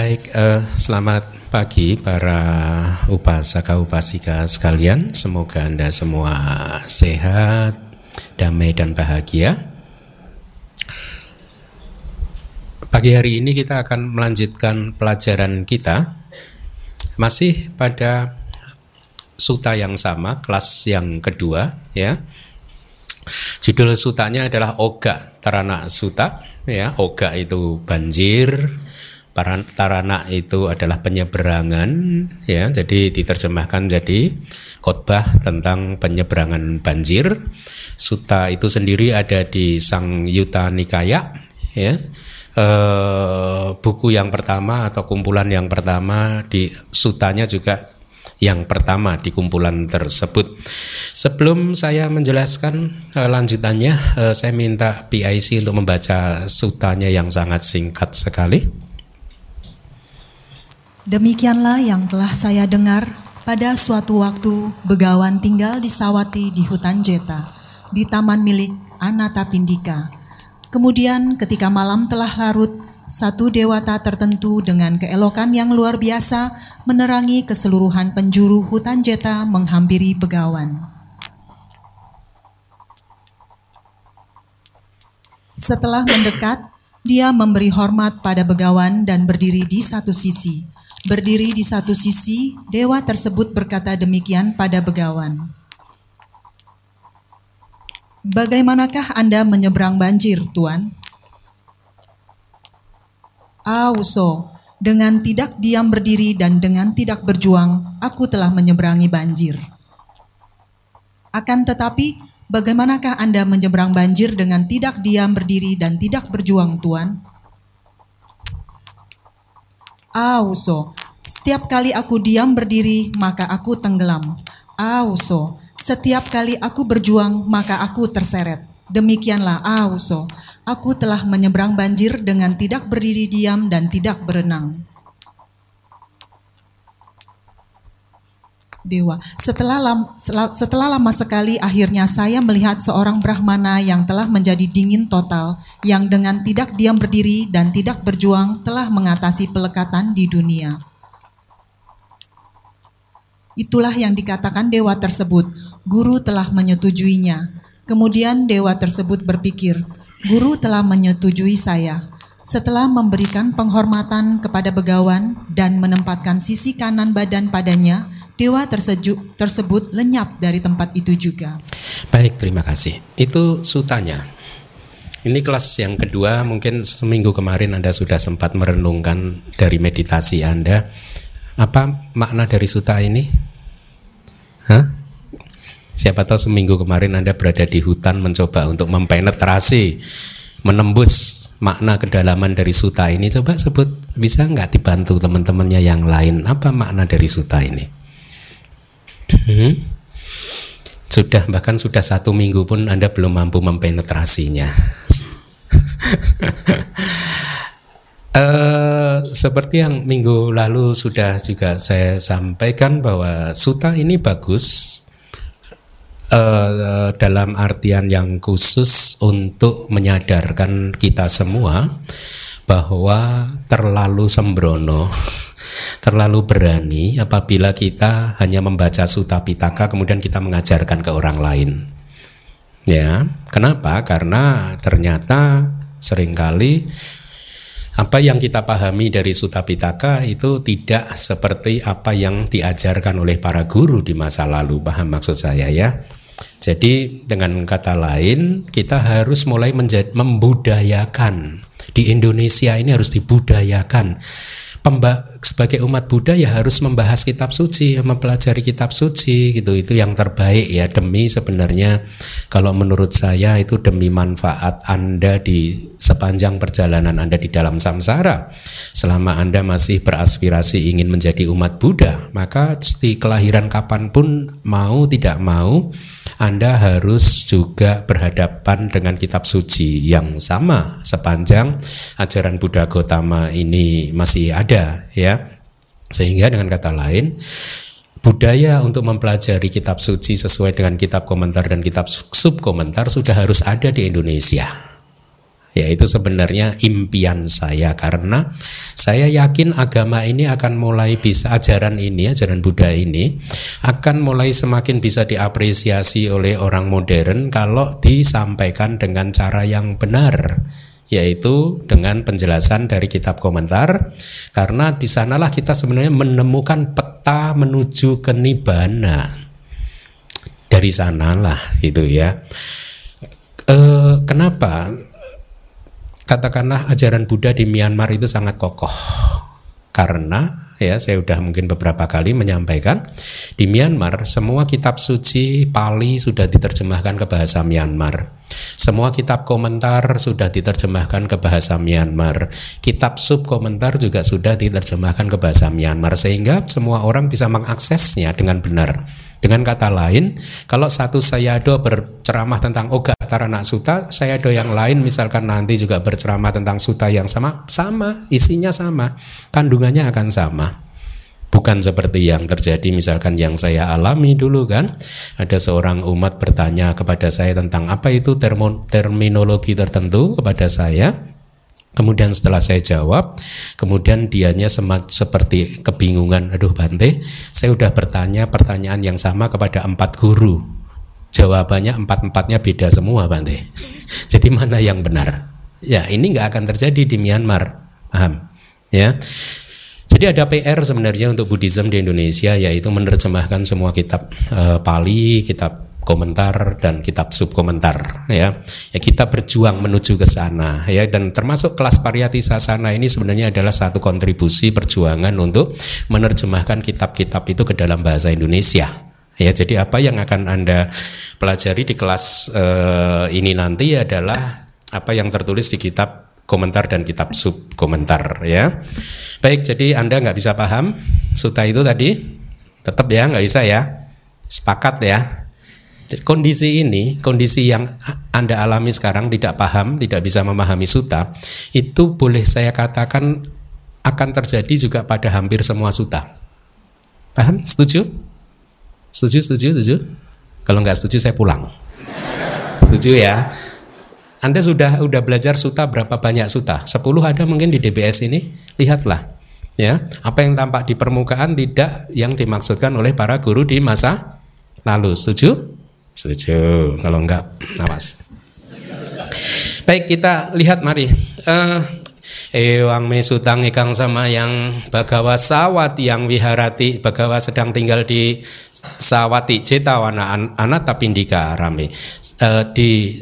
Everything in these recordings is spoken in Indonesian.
Baik, selamat pagi para upasaka upasika sekalian. Semoga Anda semua sehat, damai dan bahagia. Pagi hari ini kita akan melanjutkan pelajaran kita masih pada sutta yang sama, kelas yang kedua ya. Judul sutanya adalah Oga Tarana Sutta ya. Oga itu banjir, Tarana itu adalah penyeberangan ya. Jadi diterjemahkan jadi khotbah tentang penyeberangan banjir. Sutta itu sendiri ada di Sangyutta Nikaya ya. Buku yang pertama atau kumpulan yang pertama di suttanya juga yang pertama di kumpulan tersebut. Sebelum saya menjelaskan lanjutannya, saya minta PIC untuk membaca suttanya yang sangat singkat sekali. Demikianlah yang telah saya dengar pada suatu waktu Begawan tinggal di Sawati di hutan Jeta, di taman milik Anathapindika. Kemudian ketika malam telah larut, satu dewata tertentu dengan keelokan yang luar biasa menerangi keseluruhan penjuru hutan Jeta menghampiri Begawan. Setelah mendekat, dia memberi hormat pada Begawan dan berdiri di satu sisi. Berdiri di satu sisi, dewa tersebut berkata demikian pada Begawan. Bagaimanakah Anda menyeberang banjir, Tuan? Auso, dengan tidak diam berdiri dan dengan tidak berjuang, aku telah menyeberangi banjir. Akan tetapi, bagaimanakah Anda menyeberang banjir dengan tidak diam berdiri dan tidak berjuang, Tuan? Auso, setiap kali aku diam berdiri, maka aku tenggelam. Auso, setiap kali aku berjuang, maka aku terseret. Demikianlah Auso, aku telah menyeberang banjir dengan tidak berdiri diam dan tidak berenang. Dewa, setelah lama sekali akhirnya saya melihat seorang Brahmana yang telah menjadi dingin total, yang dengan tidak diam berdiri dan tidak berjuang telah mengatasi pelekatan di dunia. Itulah yang dikatakan dewa tersebut, guru telah menyetujuinya. Kemudian dewa tersebut berpikir, guru telah menyetujui saya. Setelah memberikan penghormatan kepada Begawan dan menempatkan sisi kanan badan padanya, dewa tersebut lenyap dari tempat itu juga. Baik, terima kasih. Itu sutanya. Ini kelas yang kedua, mungkin seminggu kemarin Anda sudah sempat merenungkan dari meditasi Anda. Apa makna dari sutta ini? Siapa tahu seminggu kemarin Anda berada di hutan mencoba untuk mempenetrasi, menembus makna kedalaman dari sutta ini. Coba sebut, bisa nggak dibantu teman-temannya yang lain? Apa makna dari sutta ini? Bahkan sudah 1 minggu pun Anda belum mampu mempenetrasinya. Seperti yang minggu lalu sudah juga saya sampaikan bahwa sutta ini bagus dalam artian yang khusus untuk menyadarkan kita semua bahwa terlalu sembrono, terlalu berani apabila kita hanya membaca Sutta Pitaka kemudian kita mengajarkan ke orang lain. Ya, kenapa? Karena ternyata seringkali apa yang kita pahami dari Sutta Pitaka itu tidak seperti apa yang diajarkan oleh para guru di masa lalu. Paham maksud saya ya? Jadi dengan kata lain, kita harus mulai membudayakan. Di Indonesia ini harus dibudayakan. Sebagai umat Buddha ya harus membahas kitab suci, mempelajari kitab suci gitu. Itu yang terbaik ya, demi sebenarnya kalau menurut saya itu demi manfaat Anda di sepanjang perjalanan Anda di dalam samsara. Selama Anda masih beraspirasi ingin menjadi umat Buddha, maka di kelahiran kapanpun mau tidak mau Anda harus juga berhadapan dengan kitab suci yang sama sepanjang ajaran Buddha Gautama ini masih ada ya. Sehingga dengan kata lain, budaya untuk mempelajari kitab suci sesuai dengan kitab komentar dan kitab subkomentar sudah harus ada di Indonesia. Ya, itu sebenarnya impian saya, karena saya yakin agama ini akan mulai bisa, ajaran Buddha ini akan mulai semakin bisa diapresiasi oleh orang modern kalau disampaikan dengan cara yang benar, yaitu dengan penjelasan dari kitab komentar, karena di sanalah kita sebenarnya menemukan peta menuju ke nibbana. Dari sanalah itu ya. Kenapa? Katakanlah ajaran Buddha di Myanmar itu sangat kokoh, karena ya saya sudah mungkin beberapa kali menyampaikan, di Myanmar semua kitab suci Pali sudah diterjemahkan ke bahasa Myanmar, semua kitab komentar sudah diterjemahkan ke bahasa Myanmar, kitab sub komentar juga sudah diterjemahkan ke bahasa Myanmar, sehingga semua orang bisa mengaksesnya dengan benar. Dengan kata lain, kalau satu sayadaw berceramah tentang Ogatarana Sutta, sayadaw yang lain misalkan nanti juga berceramah tentang sutta yang sama, isinya sama, kandungannya akan sama. Bukan seperti yang terjadi misalkan yang saya alami dulu kan, ada seorang umat bertanya kepada saya tentang apa itu terminologi tertentu kepada saya. Kemudian setelah saya jawab, kemudian dianya seperti kebingungan. Aduh Bante, saya udah bertanya pertanyaan yang sama kepada 4 guru. Jawabannya 4-4-nya beda semua Bante. Jadi mana yang benar? Ya ini gak akan terjadi di Myanmar. Paham? Ya. Jadi ada PR sebenarnya untuk Buddhism di Indonesia, yaitu menerjemahkan semua kitab Pali, kitab komentar dan kitab subkomentar ya. Kita berjuang menuju ke sana ya, dan termasuk kelas Pariyati Sasana ini sebenarnya adalah satu kontribusi perjuangan untuk menerjemahkan kitab-kitab itu ke dalam bahasa Indonesia ya. Jadi apa yang akan Anda pelajari di kelas ini nanti adalah apa yang tertulis di kitab komentar dan kitab subkomentar ya. Baik, jadi Anda nggak bisa paham sutta itu tadi, tetap ya nggak bisa ya, sepakat ya. Kondisi ini, kondisi yang Anda alami sekarang, tidak paham, tidak bisa memahami sutta, itu boleh saya katakan akan terjadi juga pada hampir semua sutta. Paham? Setuju? Setuju? Kalau nggak setuju saya pulang. Setuju ya? Anda sudah belajar sutta berapa banyak sutta? 10 ada mungkin di DBS ini. Lihatlah ya, apa yang tampak di permukaan tidak yang dimaksudkan oleh para guru di masa lalu. Setuju? Setuju. Kalau enggak, awas. Baik, kita lihat mari. Ewang me sutang ikang sama yang Bagawa Sawati yang wiharati, Bagawa sedang tinggal di Sawati Cetawana Anatapindika Rame, di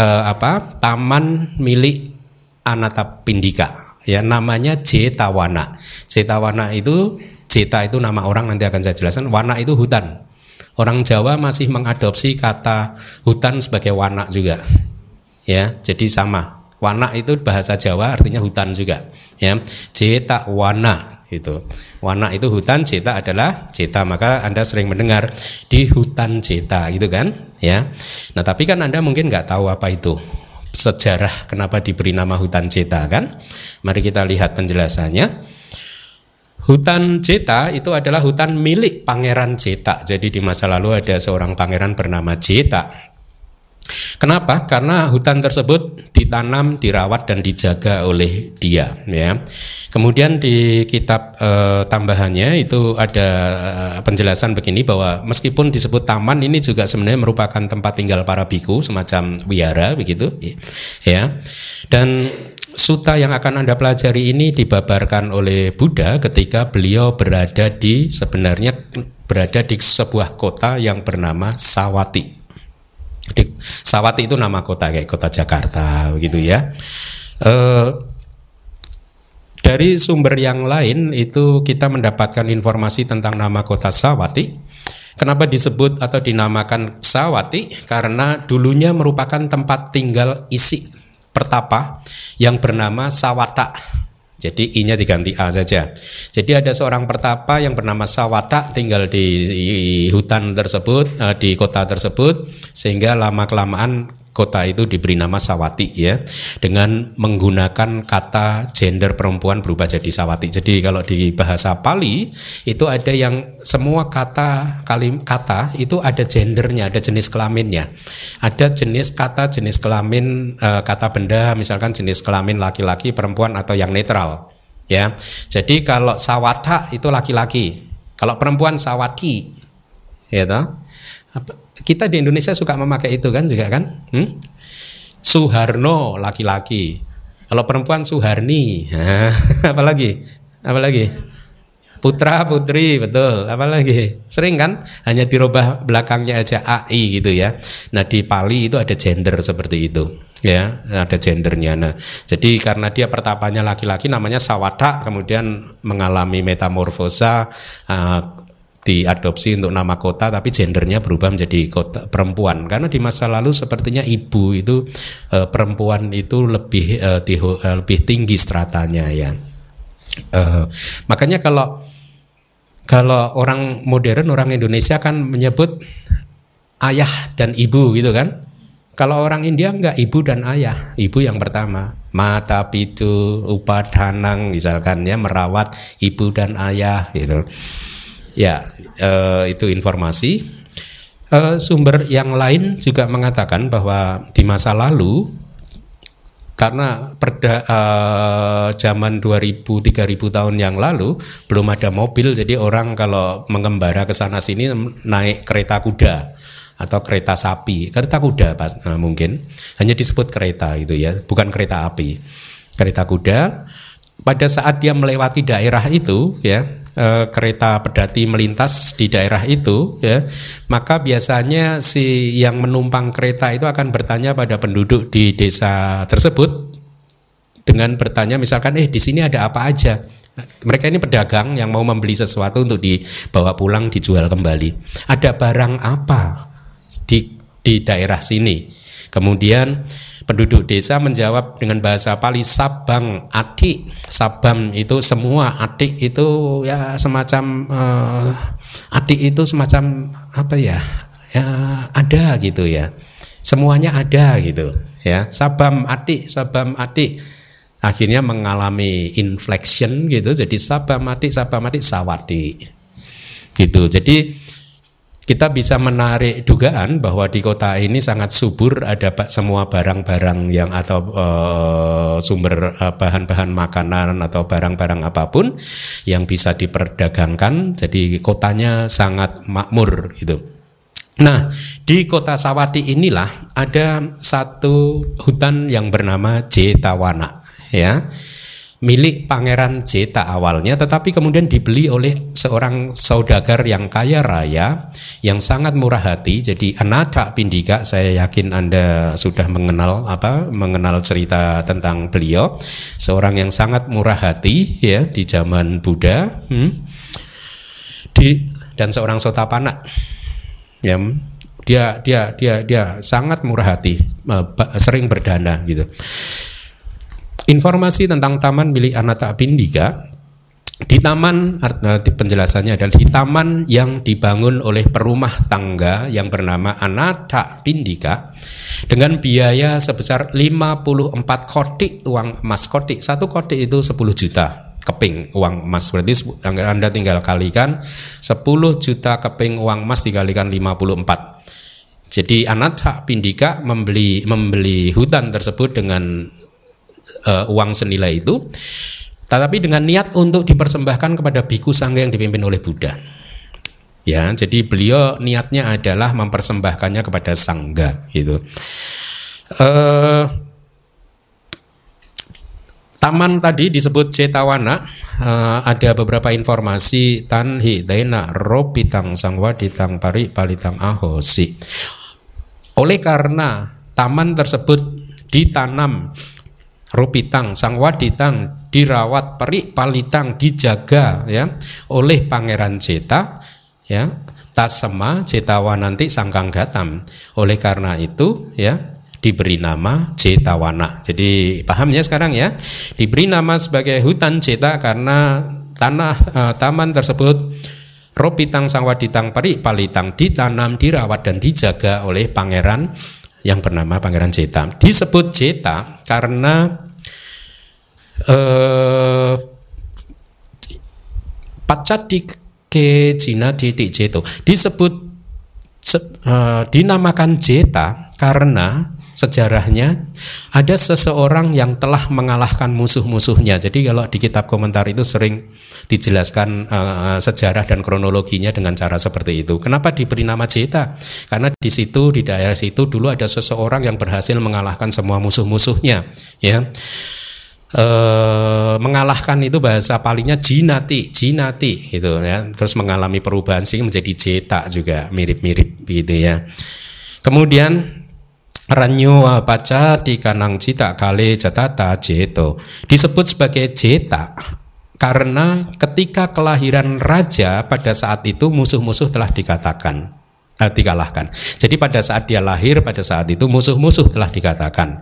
taman milik Anatapindika ya, namanya Cetawana. Cetawana itu, Ceta itu nama orang, nanti akan saya jelaskan. Wana itu hutan. Orang Jawa masih mengadopsi kata hutan sebagai wana juga, ya. Jadi sama. Wana itu bahasa Jawa artinya hutan juga, ya. Ceta wana itu. Wana itu hutan, ceta adalah ceta. Maka Anda sering mendengar di hutan ceta, gitu kan, ya. Nah, tapi kan Anda mungkin nggak tahu apa itu sejarah kenapa diberi nama hutan ceta kan? Mari kita lihat penjelasannya. Hutan Ceta itu adalah hutan milik Pangeran Ceta. Jadi di masa lalu ada seorang pangeran bernama Ceta. Kenapa? Karena hutan tersebut ditanam, dirawat dan dijaga oleh dia ya. Kemudian di kitab tambahannya itu ada penjelasan begini, bahwa meskipun disebut taman, ini juga sebenarnya merupakan tempat tinggal para biku, semacam wihara begitu ya. Dan sutta yang akan Anda pelajari ini dibabarkan oleh Buddha ketika beliau berada di sebuah kota yang bernama Sawati. Sawati itu nama kota, kayak kota Jakarta begitu ya. Dari sumber yang lain itu kita mendapatkan informasi tentang nama kota Sawati. Kenapa disebut atau dinamakan Sawati? Karena dulunya merupakan tempat tinggal isi pertapa yang bernama Sawata. Jadi I-nya diganti A saja. Jadi ada seorang pertapa yang bernama Sawata tinggal di hutan tersebut, di kota tersebut, sehingga lama-kelamaan kota itu diberi nama Sawati ya, dengan menggunakan kata gender perempuan berubah jadi Sawati. Jadi kalau di bahasa Pali itu ada yang semua kata itu ada gendernya, ada jenis kelaminnya. Ada jenis kata, jenis kelamin, kata benda, misalkan jenis kelamin laki-laki, perempuan atau yang netral ya. Jadi kalau Sawata itu laki-laki, kalau perempuan Sawati ya toh. Kita di Indonesia suka memakai itu kan juga kan. Suharno laki-laki, kalau perempuan Suharni. Apalagi putra putri, betul. Apalagi sering kan hanya dirubah belakangnya aja AI gitu ya. Nah di Pali itu ada gender seperti itu ya, ada gendernya. Nah jadi karena dia pertapanya laki-laki namanya Sawata, kemudian mengalami metamorfosa, diadopsi untuk nama kota, tapi gendernya berubah menjadi kota perempuan. Karena di masa lalu sepertinya ibu itu perempuan itu lebih tinggi stratanya ya. Makanya kalau orang modern, orang Indonesia kan menyebut ayah dan ibu gitu kan. Kalau orang India enggak, ibu dan ayah. Ibu yang pertama, mata pitu upadhanang misalkan ya, merawat ibu dan ayah gitu. Ya, itu informasi. Sumber yang lain juga mengatakan bahwa di masa lalu, karena zaman 2000-3000 tahun yang lalu belum ada mobil, jadi orang kalau mengembara ke sana sini naik kereta kuda atau kereta sapi, kereta kuda mungkin hanya disebut kereta gitu ya, bukan kereta api, kereta kuda. Pada saat dia melewati daerah itu ya, kereta pedati melintas di daerah itu ya, maka biasanya si yang menumpang kereta itu akan bertanya pada penduduk di desa tersebut dengan bertanya misalkan di sini ada apa aja. Mereka ini pedagang yang mau membeli sesuatu untuk dibawa pulang dijual kembali. Ada barang apa di daerah sini? Kemudian penduduk desa menjawab dengan bahasa Pali, sabang adik. Sabang itu semua, adik itu ya semacam adik itu semacam apa ya? Ya ada gitu ya. Semuanya ada gitu ya. Sabam adik, sabam adik. Akhirnya mengalami inflection gitu. Jadi sabam adik, sawati. Gitu. Jadi kita bisa menarik dugaan bahwa di kota ini sangat subur, ada semua barang-barang yang atau sumber bahan-bahan makanan atau barang-barang apapun yang bisa diperdagangkan. Jadi kotanya sangat makmur gitu. Nah, di kota Sawati inilah ada satu hutan yang bernama Jetawana ya. Milik Pangeran Jeta awalnya, tetapi kemudian dibeli oleh seorang saudagar yang kaya raya, yang sangat murah hati. Jadi Anatha Pindika, saya yakin Anda sudah mengenal cerita tentang beliau, seorang yang sangat murah hati ya di zaman Buddha, dan seorang Sotapana. Ya, dia sangat murah hati, sering berdana gitu. Informasi tentang taman milik Anatha Pindika, di taman, penjelasannya adalah di taman yang dibangun oleh perumah tangga yang bernama Anatha Pindika dengan biaya sebesar 54 kotik uang emas. Kotik, satu kotik itu 10 juta keping uang emas. Berarti Anda tinggal kalikan 10 juta keping uang emas dikalikan 54. Jadi Anatha Pindika membeli hutan tersebut dengan uang senilai itu, tetapi dengan niat untuk dipersembahkan kepada Biku Sangga yang dipimpin oleh Buddha. Ya, jadi beliau niatnya adalah mempersembahkannya kepada Sangga gitu. Taman tadi disebut Jetawana, ada beberapa informasi tanhi daina ropitang sangwaditang pari palitang ahosi. Oleh karena taman tersebut ditanam, Rupitang, sangwaditang, dirawat, peri palitang, dijaga ya oleh Pangeran Jeta ya, tasema Jetawananti sangkang gatam. Oleh karena itu ya diberi nama Jetawana. Jadi paham ya sekarang ya, diberi nama sebagai hutan Jeta karena taman tersebut Ropitang sangwaditang peri palitang ditanam, dirawat dan dijaga oleh Pangeran yang bernama Pangeran Jeta. Disebut Jeta karena Pacadike Jina Titik Jeto dinamakan Jeta karena sejarahnya ada seseorang yang telah mengalahkan musuh-musuhnya. Jadi kalau di kitab komentar itu sering dijelaskan sejarah dan kronologinya dengan cara seperti itu. Kenapa diberi nama Jeta? Karena di situ, di daerah situ dulu ada seseorang yang berhasil mengalahkan semua musuh-musuhnya, ya. Mengalahkan itu bahasa palingnya jinati gitu ya. Terus mengalami perubahan sehingga menjadi Jeta juga, mirip-mirip gitu ya. Kemudian Ranyo Paca di Kanang Cita Kale Jatata Jeto disebut sebagai Jeta karena ketika kelahiran raja pada saat itu musuh-musuh telah dikalahkan. Jadi pada saat dia lahir, pada saat itu musuh-musuh telah dikalahkan.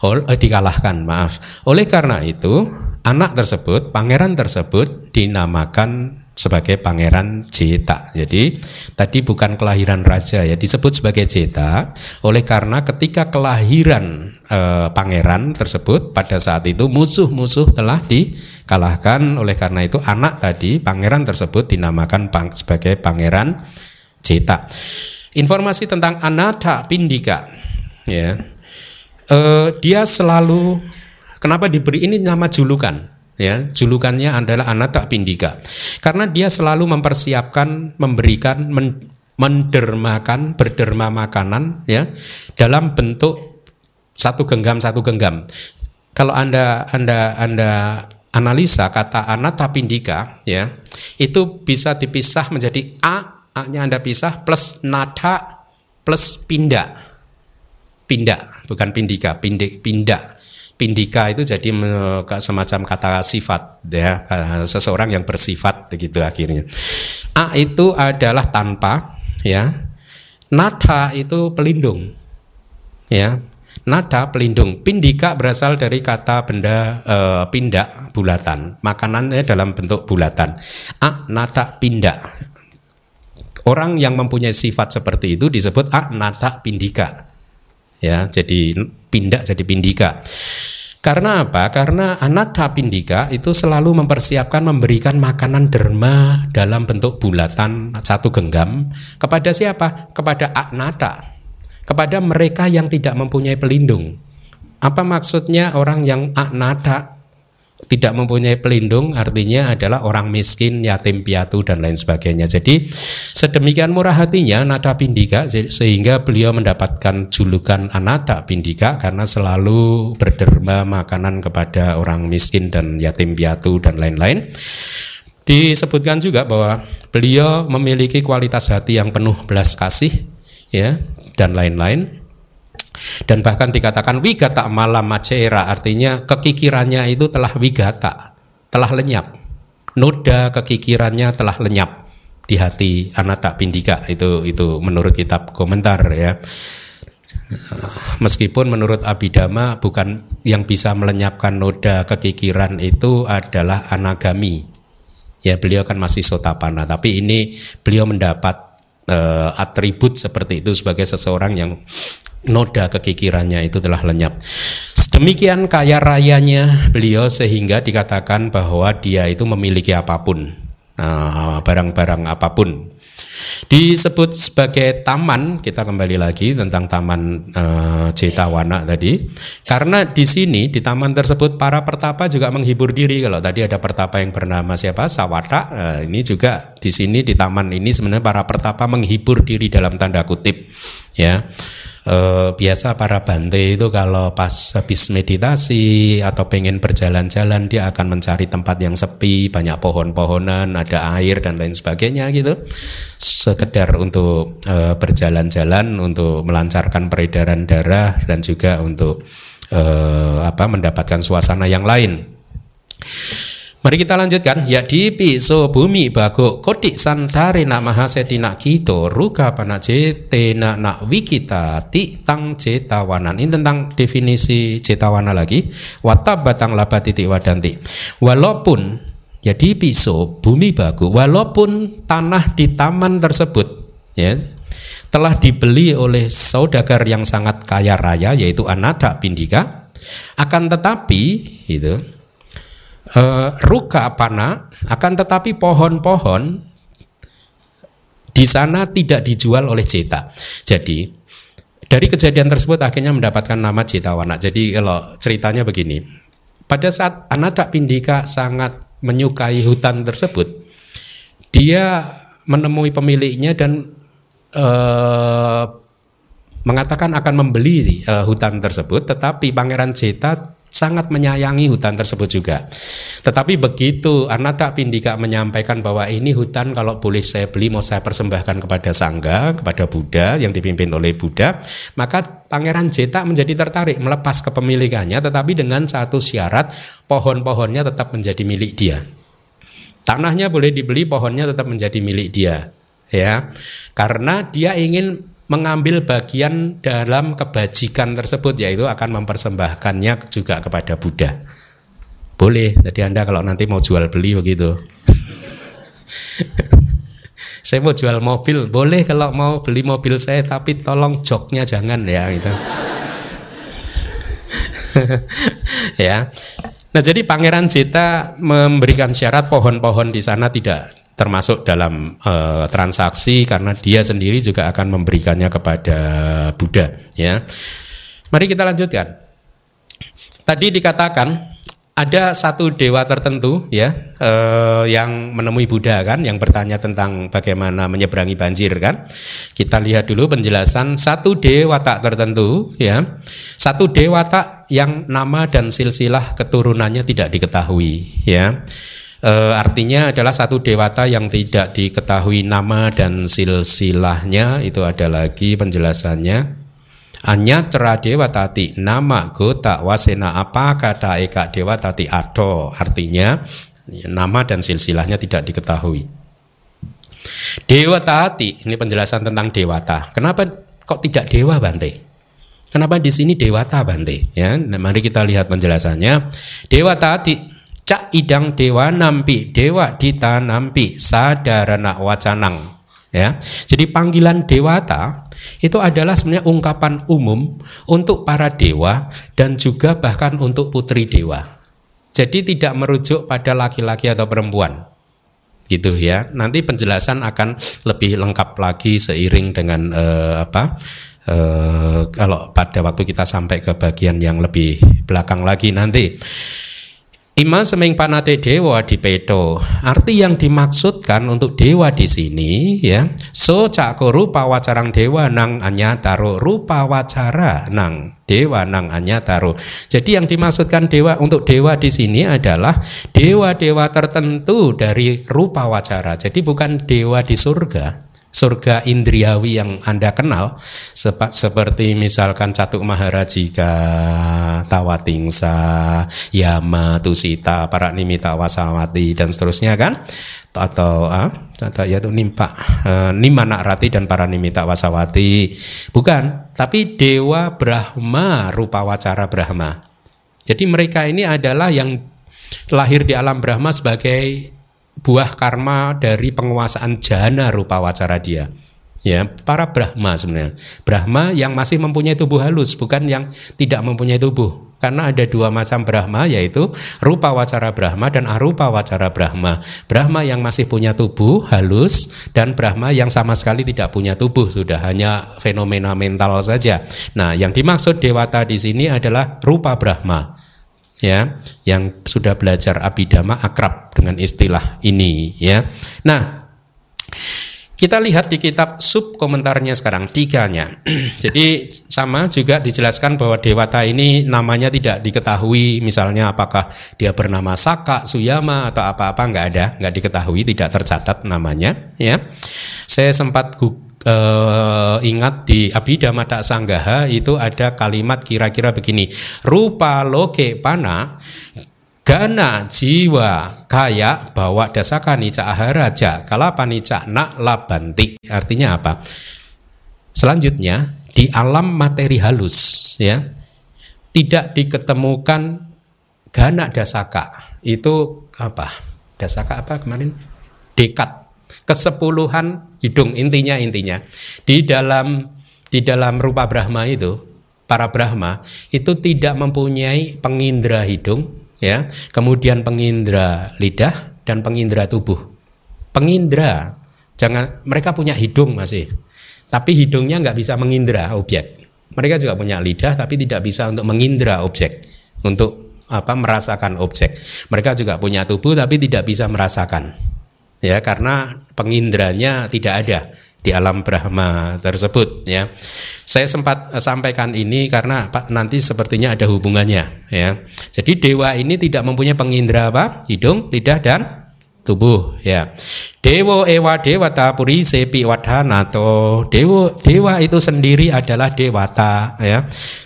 Oleh karena itu anak tersebut, pangeran tersebut dinamakan sebagai Pangeran Jeta. Jadi tadi bukan kelahiran raja ya, disebut sebagai Jeta oleh karena ketika kelahiran pangeran tersebut pada saat itu musuh-musuh telah dikalahkan. Oleh karena itu anak tadi, pangeran tersebut dinamakan sebagai Pangeran Jeta. Informasi tentang Anatha Pindika ya, dia selalu, kenapa diberi ini nama julukan? Ya, julukannya adalah Anatha Pindika karena dia selalu mempersiapkan, memberikan, mendermakan, berderma makanan ya dalam bentuk satu genggam. Kalau anda analisa kata Anatha Pindika ya, itu bisa dipisah menjadi A-nya Anda pisah plus natha plus pinda, bukan pindika, pinda. Pindika itu jadi semacam kata sifat ya, seseorang yang bersifat begitu akhirnya. A itu adalah tanpa ya. Natha itu pelindung. Ya. Natha pelindung. Pindika berasal dari kata benda pinda, bulatan. Makanannya dalam bentuk bulatan. Natha pinda. Orang yang mempunyai sifat seperti itu disebut Natha Pindika. Ya, jadi pindah jadi pindika. Karena apa? Karena Anatha Pindika itu selalu mempersiapkan memberikan makanan derma dalam bentuk bulatan satu genggam kepada siapa? Kepada Anatha, kepada mereka yang tidak mempunyai pelindung. Apa maksudnya orang yang Anatha tidak mempunyai pelindung? Artinya adalah orang miskin, yatim piatu dan lain sebagainya. Jadi sedemikian murah hatinya Anatha Pindika sehingga beliau mendapatkan julukan Anatha Pindika karena selalu berderma makanan kepada orang miskin dan yatim piatu dan lain-lain. Disebutkan juga bahwa beliau memiliki kualitas hati yang penuh belas kasih ya dan lain-lain. Dan bahkan dikatakan wigata malam macera, artinya kekikirannya itu telah wigata, telah lenyap. Noda kekikirannya telah lenyap di hati Anatha Pindika. Itu menurut kitab komentar ya. Meskipun menurut Abhidhamma bukan yang bisa melenyapkan noda kekikiran itu adalah anagami. Ya, beliau kan masih Sotapanna, tapi ini beliau mendapat atribut seperti itu sebagai seseorang yang noda kekikirannya itu telah lenyap. Sedemikian kaya rayanya beliau sehingga dikatakan bahwa dia itu memiliki apapun, barang-barang apapun. Disebut sebagai taman. Kita kembali lagi tentang taman Jetawana tadi. Karena di sini di taman tersebut para pertapa juga menghibur diri. Kalau tadi ada pertapa yang bernama siapa? Sawata. Ini juga di sini di taman ini sebenarnya para pertapa menghibur diri dalam tanda kutip. Ya. Biasa para bante itu kalau pas habis meditasi atau pengen berjalan-jalan dia akan mencari tempat yang sepi, banyak pohon-pohonan, ada air dan lain sebagainya gitu, sekedar untuk berjalan-jalan, untuk melancarkan peredaran darah dan juga untuk mendapatkan suasana yang lain. Mari kita lanjutkan. Ya di piso bumi bago kodik santare nak mahasetina kito ruka panajete nak wikita ti tang cetawanan. Ini tentang definisi cetawana lagi. Wata batang laba titik wadanti. Walaupun ya di piso bumi bago, walaupun tanah di taman tersebut ya, telah dibeli oleh saudagar yang sangat kaya raya yaitu Anatha Pindika. Akan tetapi itu ruka pana, akan tetapi pohon-pohon di sana tidak dijual oleh Jeta. Jadi dari kejadian tersebut akhirnya mendapatkan nama Jetawana. Jadi kalau ceritanya begini, pada saat Anatha Pindika sangat menyukai hutan tersebut, dia menemui pemiliknya dan mengatakan akan membeli hutan tersebut, tetapi Pangeran Jeta sangat menyayangi hutan tersebut juga. Tetapi begitu Anatha Pindika menyampaikan bahwa ini hutan kalau boleh saya beli, mau saya persembahkan kepada Sangga, kepada Buddha yang dipimpin oleh Buddha, maka Pangeran Jeta menjadi tertarik melepas kepemilikannya, tetapi dengan satu syarat, pohon-pohonnya tetap menjadi milik dia. Tanahnya boleh dibeli, pohonnya tetap menjadi milik dia, ya, karena dia ingin mengambil bagian dalam kebajikan tersebut, yaitu akan mempersembahkannya juga kepada Buddha. Boleh, jadi Anda kalau nanti mau jual beli begitu. Saya mau jual mobil, boleh kalau mau beli mobil saya, tapi tolong joknya jangan ya gitu. Ya. Nah, jadi Pangeran Jeta memberikan syarat pohon-pohon di sana tidak termasuk dalam transaksi, karena dia sendiri juga akan memberikannya kepada Buddha, ya. Mari kita lanjutkan. Tadi dikatakan ada satu dewa tertentu, ya, yang menemui Buddha kan, yang bertanya tentang bagaimana menyeberangi banjir kan. Kita lihat dulu penjelasan satu dewata tertentu, ya. Satu dewata yang nama dan silsilah keturunannya tidak diketahui, ya. Artinya adalah satu dewata yang tidak diketahui nama dan silsilahnya. Itu ada lagi penjelasannya. Anyatra dewatati nama gota wasena apa kata eka dewatati ato. Artinya nama dan silsilahnya tidak diketahui. Dewatati, ini penjelasan tentang dewata. Kenapa kok tidak dewa, Bante? Kenapa di sini dewata, Bante? Ya, mari kita lihat penjelasannya. Dewatati cak idang dewa nampi, dewa dita nampi, sadarana wacanang. Ya, jadi panggilan dewata itu adalah sebenarnya ungkapan umum untuk para dewa dan juga bahkan untuk putri dewa. Jadi tidak merujuk pada laki-laki atau perempuan, gitu ya. Nanti penjelasan akan lebih lengkap lagi seiring dengan kalau pada waktu kita sampai ke bagian yang lebih belakang lagi nanti. Ima semeng panate dewa di peto. Arti yang dimaksudkan untuk dewa di sini, ya, so cako rupa wacarang dewa nang anyataro, rupa wacara nang dewa nang anyataro. Jadi yang dimaksudkan dewa untuk dewa di sini adalah dewa-dewa tertentu dari rupa wacara. Jadi bukan dewa di surga indriawi yang Anda kenal, seperti misalkan Catuk Maharajika, Tawatingsa, Yama, Tusita, Paranimita Wasawati dan seterusnya kan, atau yaitu Nimana Rati dan Paranimita Wasawati. Bukan, tapi dewa Brahma, rupa wacara Brahma. Jadi mereka ini adalah yang lahir di alam Brahma sebagai buah karma dari penguasaan jana rupa wacara dia. Ya, para Brahma sebenarnya. Brahma yang masih mempunyai tubuh halus, bukan yang tidak mempunyai tubuh. Karena ada dua macam Brahma, yaitu rupa wacara Brahma dan arupa wacara Brahma. Brahma yang masih punya tubuh halus dan Brahma yang sama sekali tidak punya tubuh, sudah hanya fenomena mental saja. Nah, yang dimaksud dewata di sini adalah rupa Brahma. Ya, yang sudah belajar Abhidhamma akrab dengan istilah ini, ya. Nah, kita lihat di kitab sub komentarnya sekarang 3-nya. Jadi sama juga dijelaskan bahwa dewata ini namanya tidak diketahui, misalnya apakah dia bernama Saka, Suyama atau apa-apa, nggak diketahui, tidak tercatat namanya, ya. Saya sempat ingat di Abhidhamma Sanggaha itu ada kalimat kira-kira begini, rupa loke pana gana jiwa kaya bawa dasaka nica aharaja kalapa nica nak labanti. Artinya apa? Selanjutnya di alam materi halus, ya, tidak diketemukan gana dasaka. Itu apa? Dasaka apa kemarin? Dekat. Kesepuluhan hidung intinya di dalam rupa Brahma itu, para Brahma itu tidak mempunyai pengindra hidung, ya, kemudian pengindra lidah dan pengindra tubuh. Pengindra, mereka punya hidung masih, tapi hidungnya nggak bisa mengindra objek. Mereka juga punya lidah, tapi tidak bisa untuk mengindra objek, untuk merasakan objek. Mereka juga punya tubuh, tapi tidak bisa merasakan. Ya, karena pengindranya tidak ada di alam Brahma tersebut, ya. Saya sempat sampaikan ini karena nanti sepertinya ada hubungannya, ya. Jadi dewa ini tidak mempunyai pengindra hidung, lidah dan tubuh, ya. Dewa ewa dewata puri sepi wadhanato. Dewa itu sendiri adalah dewata, ya.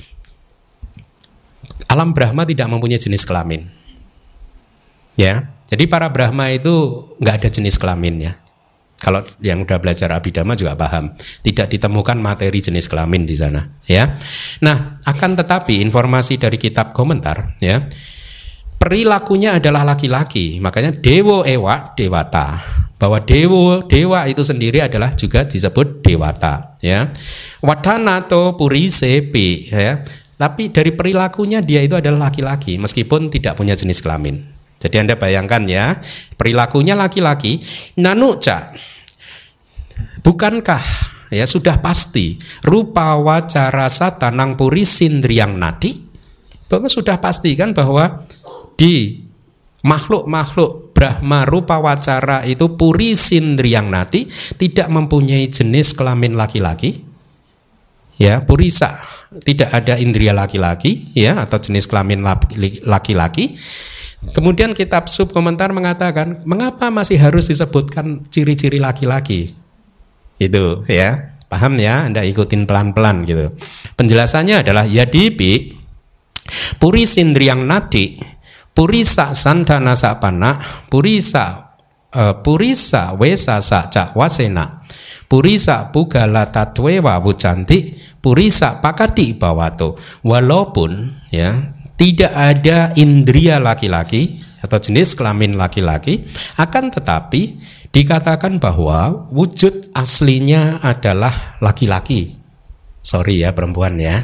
Alam Brahma tidak mempunyai jenis kelamin, ya. Jadi para Brahma itu nggak ada jenis kelaminnya. Kalau yang udah belajar Abhidhamma juga paham, tidak ditemukan materi jenis kelamin di sana, ya. Nah, akan tetapi informasi dari kitab komentar, ya, perilakunya adalah laki-laki. Makanya dewa ewa dewata, bahwa dewa itu sendiri adalah juga disebut dewata, ya. Wadhanato puri sepi, ya. Tapi dari perilakunya dia itu adalah laki-laki meskipun tidak punya jenis kelamin. Jadi Anda bayangkan, ya, perilakunya laki-laki. Nanuca, bukankah, ya, sudah pasti rupa wacara satanang puri sindriyang nadi, bahwa sudah pasti kan bahwa di makhluk-makhluk Brahma rupa wacara itu puri sindriyang nadi, tidak mempunyai jenis kelamin laki-laki, ya. Purisa, tidak ada indria laki-laki, ya, atau jenis kelamin laki-laki. Kemudian kitab subkomentar mengatakan, mengapa masih harus disebutkan ciri-ciri laki-laki? Itu, ya. Paham, ya? Anda ikutin pelan-pelan gitu. Penjelasannya adalah yadipi puri sindriyang nadi, purisa sandhana sapana, purisa wesa saca wasena, purisa pugala tatwewa wujanti, purisa pakadi bawato. Walaupun, ya, tidak ada indria laki-laki atau jenis kelamin laki-laki, akan tetapi dikatakan bahwa wujud aslinya adalah laki-laki. Sorry ya perempuan, ya.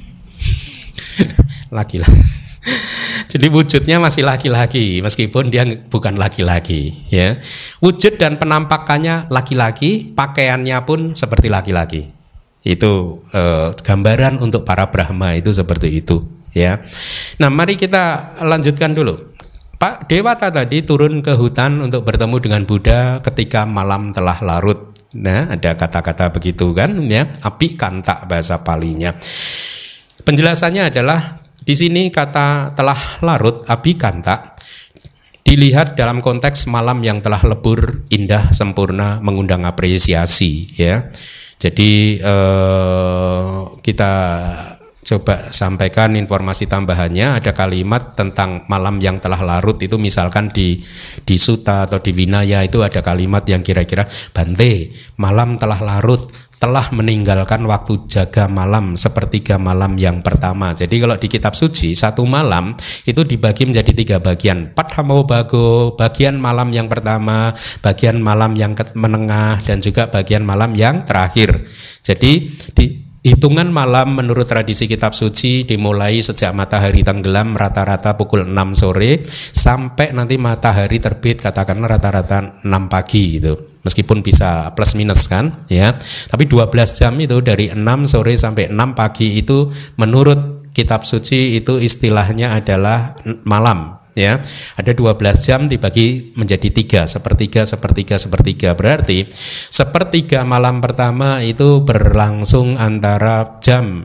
Laki-laki. Jadi wujudnya masih laki-laki meskipun dia bukan laki-laki, ya. Wujud dan penampakannya laki-laki, pakaiannya pun seperti laki-laki. Itu gambaran untuk para Brahma itu seperti itu, ya. Nah, mari kita lanjutkan dulu. Pak Dewata tadi turun ke hutan untuk bertemu dengan Buddha ketika malam telah larut. Nah, ada kata-kata begitu kan, ya. Api kanta bahasa Palinya. Penjelasannya adalah di sini kata telah larut, api kanta, dilihat dalam konteks malam yang telah lebur, indah, sempurna, mengundang apresiasi, ya. Jadi kita coba sampaikan informasi tambahannya. Ada kalimat tentang malam yang telah larut itu, misalkan di Sutta atau di Vinaya itu ada kalimat yang kira-kira, Bante, malam telah larut, telah meninggalkan waktu jaga malam sepertiga malam yang pertama. Jadi kalau di kitab suci satu malam itu dibagi menjadi 3 bagian. Padhammobago, bagian malam yang pertama, bagian malam yang menengah, dan juga bagian malam yang terakhir. Jadi hitungan malam menurut tradisi kitab suci dimulai sejak matahari tenggelam rata-rata pukul 6 sore sampai nanti matahari terbit, katakanlah rata-rata 6 pagi gitu. Meskipun bisa plus minus kan, ya. Tapi 12 jam itu dari 6 sore sampai 6 pagi itu menurut kitab suci itu istilahnya adalah malam, ya. Ada 12 jam dibagi menjadi 3, sepertiga. Berarti sepertiga malam pertama itu berlangsung antara jam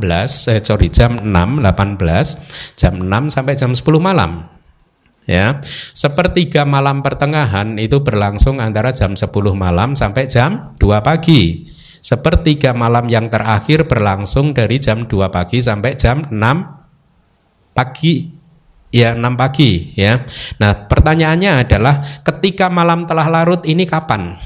18, jam 6 sampai jam 10 malam. Ya, sepertiga malam pertengahan itu berlangsung antara jam 10 malam sampai jam 2 pagi. Sepertiga malam yang terakhir berlangsung dari jam 2 pagi sampai jam 6 pagi. Ya, 6 pagi, ya. Nah, pertanyaannya adalah ketika malam telah larut ini kapan?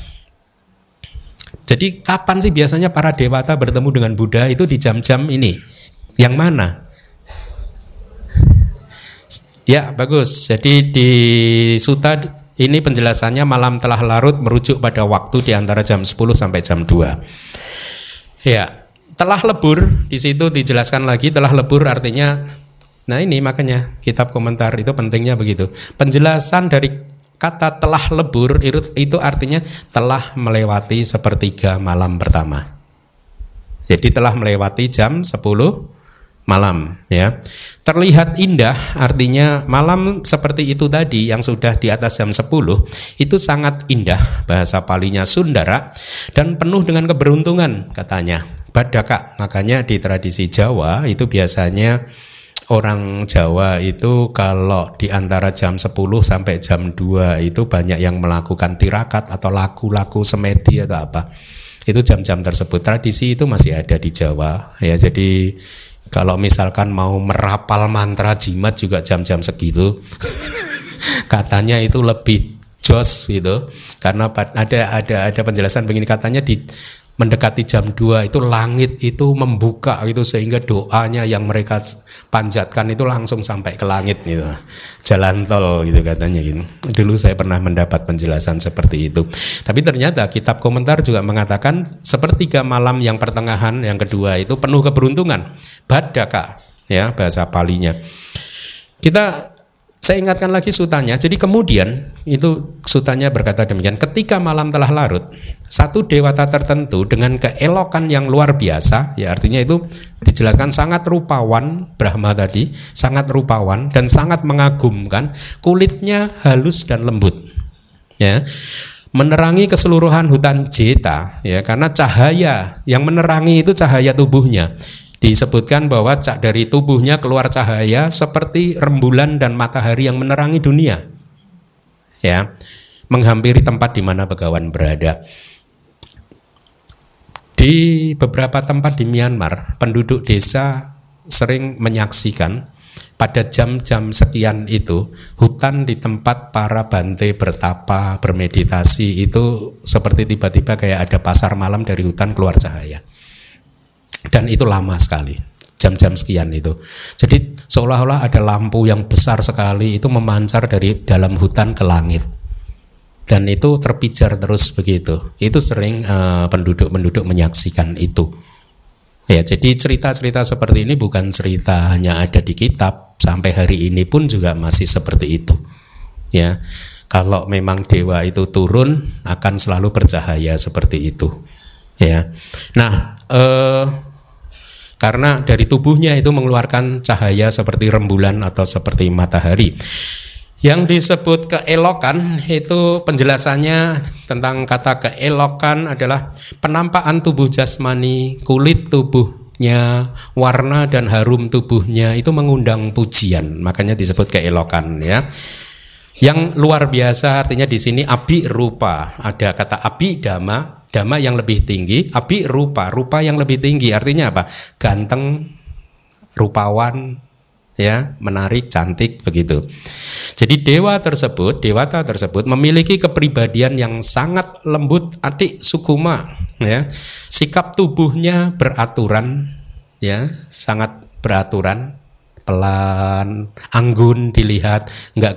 Jadi kapan sih biasanya para dewata bertemu dengan Buddha itu di jam-jam ini? Yang mana? Ya, bagus. Jadi di Sutta Ini penjelasannya malam telah larut merujuk pada waktu di antara jam 10 sampai jam 2. Ya, telah lebur di situ dijelaskan lagi, telah lebur artinya, nah ini makanya kitab komentar itu pentingnya begitu. Penjelasan dari kata telah lebur itu artinya telah melewati sepertiga malam pertama. Jadi telah melewati jam 10 malam, ya. Terlihat indah artinya malam seperti itu tadi yang sudah di atas jam 10 itu sangat indah, bahasa Palinya Sundara, dan penuh dengan keberuntungan katanya. Badaka, makanya di tradisi Jawa itu biasanya orang Jawa itu kalau di antara jam 10 sampai jam 2 itu banyak yang melakukan tirakat atau laku-laku semedi atau apa. Itu jam-jam tersebut, tradisi itu masih ada di Jawa, ya. Jadi kalau misalkan mau merapal mantra jimat juga jam-jam segitu. Katanya itu lebih jos gitu. Karena ada penjelasan begini, katanya di mendekati jam 2 itu langit itu membuka gitu, sehingga doanya yang mereka panjatkan itu langsung sampai ke langit gitu. Jalan tol gitu katanya gitu. Dulu saya pernah mendapat penjelasan seperti itu. Tapi ternyata kitab komentar juga mengatakan sepertiga malam yang pertengahan yang kedua itu penuh keberuntungan. Badaka, ya, bahasa Palinya. Saya ingatkan lagi sutanya. Jadi kemudian itu sutanya berkata demikian, ketika malam telah larut, satu dewata tertentu dengan keelokan yang luar biasa, ya artinya itu dijelaskan sangat rupawan, Brahma tadi, sangat rupawan dan sangat mengagumkan, kulitnya halus dan lembut, ya, menerangi keseluruhan hutan Jeta, ya, karena cahaya yang menerangi itu cahaya tubuhnya. Disebutkan bahwa dari tubuhnya keluar cahaya seperti rembulan dan matahari yang menerangi dunia, ya, menghampiri tempat di mana Begawan berada. Di beberapa tempat di Myanmar, penduduk desa sering menyaksikan pada jam-jam sekian itu hutan di tempat para bante bertapa, bermeditasi itu seperti tiba-tiba kayak ada pasar malam, dari hutan keluar cahaya. Dan itu lama sekali, jam-jam sekian itu. Jadi seolah-olah ada lampu yang besar sekali itu memancar dari dalam hutan ke langit. Dan itu terpijar terus begitu. Itu sering penduduk-penduduk menyaksikan itu. Ya, jadi cerita-cerita seperti ini bukan cerita hanya ada di kitab, sampai hari ini pun juga masih seperti itu. Ya, kalau memang dewa itu turun akan selalu bercahaya seperti itu. Ya, nah. Karena dari tubuhnya itu mengeluarkan cahaya seperti rembulan atau seperti matahari. Yang disebut keelokan itu penjelasannya tentang kata keelokan adalah penampakan tubuh jasmani, kulit tubuhnya, warna dan harum tubuhnya itu mengundang pujian, makanya disebut keelokan, ya. Yang luar biasa artinya di sini abi rupa, ada kata abi dhamma yang lebih tinggi, abi rupa yang lebih tinggi, artinya apa? Ganteng, rupawan, ya, menarik, cantik begitu. Jadi dewata tersebut memiliki kepribadian yang sangat lembut, atik, sukuma, ya. Sikap tubuhnya beraturan, ya, sangat beraturan, pelan, anggun dilihat, enggak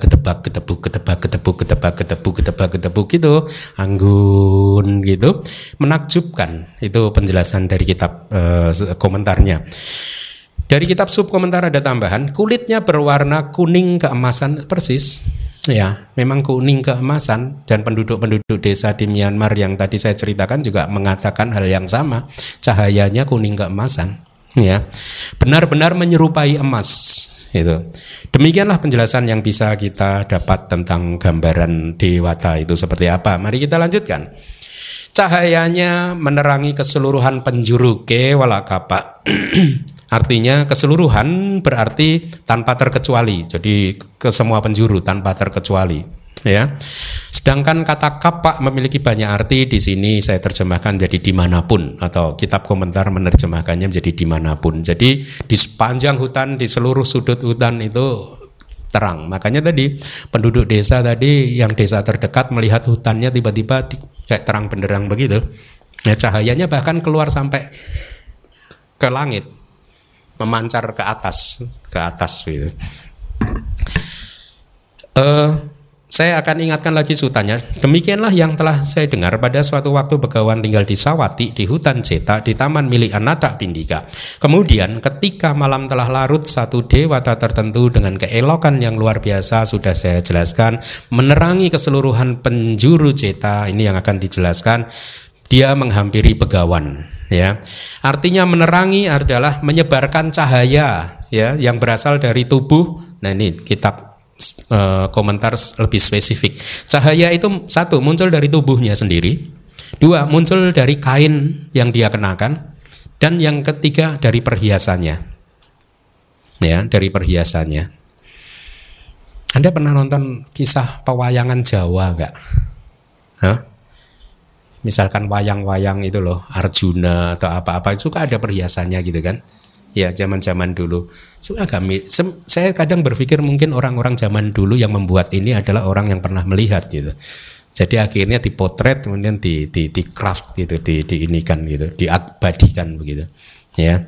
gedebak gitu, anggun gitu, menakjubkan. Itu penjelasan dari kitab komentarnya. Dari kitab subkomentar ada tambahan, kulitnya berwarna kuning keemasan persis. Ya, memang kuning keemasan, dan penduduk-penduduk desa di Myanmar yang tadi saya ceritakan juga mengatakan hal yang sama, cahayanya kuning keemasan. Ya, benar-benar menyerupai emas itu. Demikianlah penjelasan yang bisa kita dapat tentang gambaran dewata itu seperti apa. Mari kita lanjutkan. Cahayanya menerangi keseluruhan penjuru kewalakapa. Artinya keseluruhan berarti tanpa terkecuali. Jadi ke semua penjuru tanpa terkecuali, ya. Sedangkan kata kapak memiliki banyak arti. Di sini saya terjemahkan jadi dimanapun, atau kitab komentar menerjemahkannya menjadi dimanapun. Jadi di sepanjang hutan, di seluruh sudut hutan itu terang. Makanya tadi penduduk desa tadi yang desa terdekat melihat hutannya tiba-tiba kayak terang benderang begitu. Ya, cahayanya bahkan keluar sampai ke langit, memancar ke atas gitu. Saya akan ingatkan lagi sutanya. Demikianlah yang telah saya dengar pada suatu waktu Begawan tinggal di Sawati, di hutan Jeta, di taman milik Anathapindika. Kemudian ketika malam telah larut, satu dewata tertentu dengan keelokan yang luar biasa, sudah saya jelaskan, menerangi keseluruhan penjuru Jeta. Ini yang akan dijelaskan. Dia menghampiri Begawan, ya. Artinya menerangi adalah menyebarkan cahaya, ya, yang berasal dari tubuh. Nah, ini kitab komentar lebih spesifik. Cahaya itu satu, muncul dari tubuhnya sendiri. Dua, muncul dari kain yang dia kenakan. Dan yang ketiga, dari perhiasannya. Ya, dari perhiasannya. Anda pernah nonton kisah pewayangan Jawa enggak? Hah? Misalkan wayang-wayang itu loh, Arjuna atau apa-apa, itu kan ada perhiasannya gitu kan. Ya, zaman-zaman dulu. Saya kadang berpikir mungkin orang-orang zaman dulu yang membuat ini adalah orang yang pernah melihat gitu. Jadi akhirnya dipotret, kemudian di craft gitu, diinikan gitu, diabadikan begitu. Ya.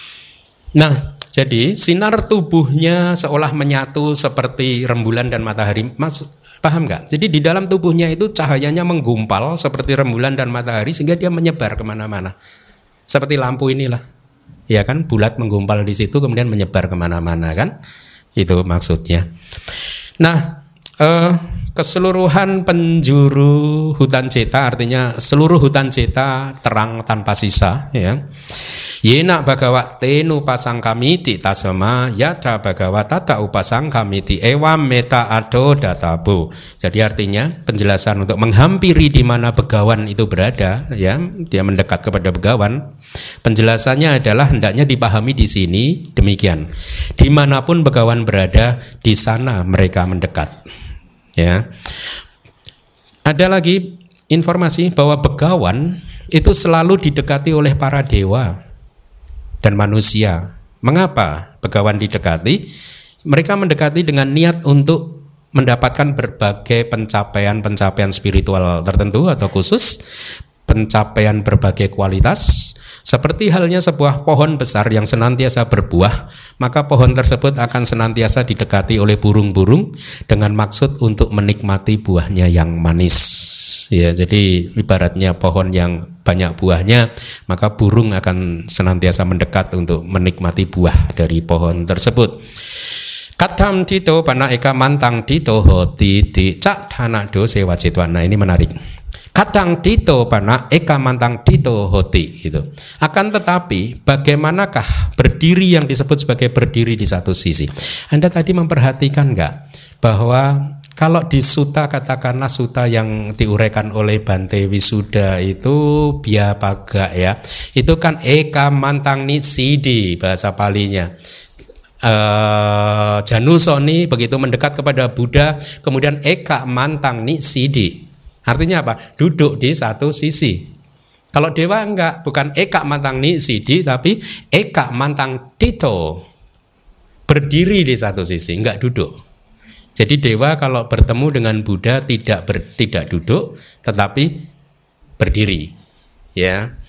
Nah, jadi sinar tubuhnya seolah menyatu seperti rembulan dan matahari. Paham nggak? Jadi di dalam tubuhnya itu cahayanya menggumpal seperti rembulan dan matahari sehingga dia menyebar kemana-mana. Seperti lampu inilah. Ya kan, bulat menggumpal di situ kemudian menyebar kemana-mana kan, itu maksudnya. Nah, keseluruhan penjuru hutan Jeta, artinya seluruh hutan Jeta terang tanpa sisa, ya. Yena bhagawa tenu pasang kamiti tasema yata bhagawa tata upasang kamiti ewam meta ado databo. Jadi artinya penjelasan untuk menghampiri di mana Begawan itu berada, ya, dia mendekat kepada Begawan. Penjelasannya adalah hendaknya dipahami di sini demikian. Dimanapun Begawan berada, di sana mereka mendekat. Ya. Ada lagi informasi bahwa Begawan itu selalu didekati oleh para dewa dan manusia. Mengapa Begawan didekati? Mereka mendekati dengan niat untuk mendapatkan berbagai pencapaian spiritual tertentu atau khusus, pencapaian berbagai kualitas. Seperti halnya sebuah pohon besar yang senantiasa berbuah, maka pohon tersebut akan senantiasa didekati oleh burung-burung dengan maksud untuk menikmati buahnya yang manis. Ya, jadi ibaratnya pohon yang banyak buahnya, maka burung akan senantiasa mendekat untuk menikmati buah dari pohon tersebut. Katam tito pana eka mantang tito hoti di cak thana do sewa citwana. Ini menarik. Kadang tito pana eka mantang tito hoti itu. Akan tetapi bagaimanakah berdiri yang disebut sebagai berdiri di satu sisi? Anda tadi memperhatikan enggak bahwa kalau di suta, katakanlah suta yang diuraikan oleh Bante Wisuda itu Biapaga, ya, itu kan eka mantang ni sidi bahasa Palinya. Janusoni begitu mendekat kepada Buddha, kemudian eka mantang ni sidi. Artinya apa? Duduk di satu sisi. Kalau dewa enggak, bukan eka mantang ni sidi, tapi eka mantang tito. Berdiri di satu sisi, enggak duduk. Jadi dewa kalau bertemu dengan Buddha tidak duduk, tetapi berdiri. Ya.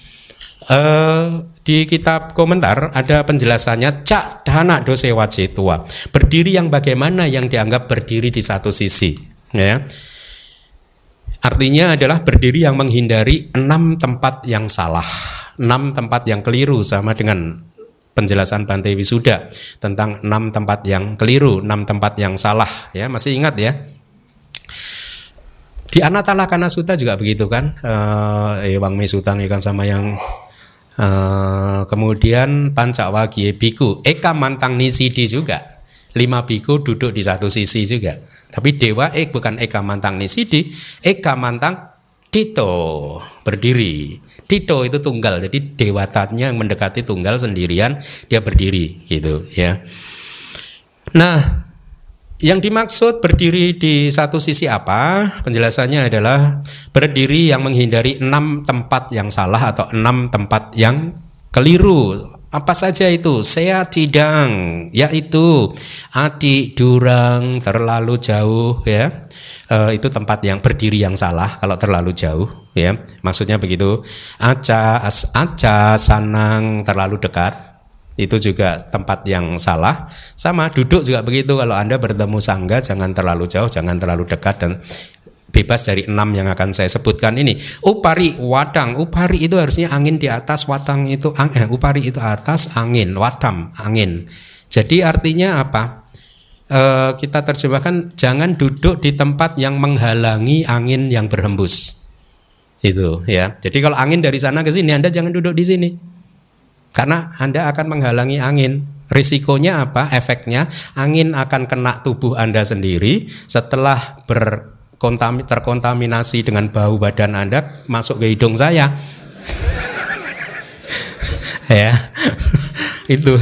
Di kitab komentar ada penjelasannya cak dana dosewa cetua. Berdiri yang bagaimana yang dianggap berdiri di satu sisi. Ya. Artinya adalah berdiri yang menghindari 6 tempat yang salah, 6 tempat yang keliru, sama dengan penjelasan Bante Wisuda tentang 6 tempat yang keliru, 6 tempat yang salah, ya, masih ingat ya? Di Anatalakana Sutta juga begitu kan? Ewang mesutang ikan sama yang kemudian Pancawagye biku, eka mantang nisidi juga. 5 biku duduk di satu sisi juga. Tapi dewa bukan eka mantang nisidi, eka mantang tito, berdiri. Tito itu tunggal, jadi dewatanya yang mendekati tunggal sendirian, dia berdiri gitu, ya. Nah, yang dimaksud berdiri di satu sisi apa? Penjelasannya adalah berdiri yang menghindari 6 tempat yang salah atau 6 tempat yang keliru. Apa saja itu? Sea tidang, yaitu adi durang, terlalu jauh, ya. Itu tempat yang berdiri yang salah kalau terlalu jauh, ya, maksudnya begitu. Aca sanang, terlalu dekat, itu juga tempat yang salah. Sama duduk juga begitu, kalau Anda bertemu sangga jangan terlalu jauh, jangan terlalu dekat, dan bebas dari 6 yang akan saya sebutkan ini. Upari wadang, upari itu harusnya angin di atas, wadang itu upari itu atas, angin, wadam angin. Jadi artinya apa? Kita terjemahkan jangan duduk di tempat yang menghalangi angin yang berhembus. Itu ya. Jadi kalau angin dari sana ke sini, Anda jangan duduk di sini. Karena Anda akan menghalangi angin. Risikonya apa? Efeknya angin akan kena tubuh Anda sendiri, setelah terkontaminasi dengan bau badan Anda masuk ke hidung saya. Ya. Itu.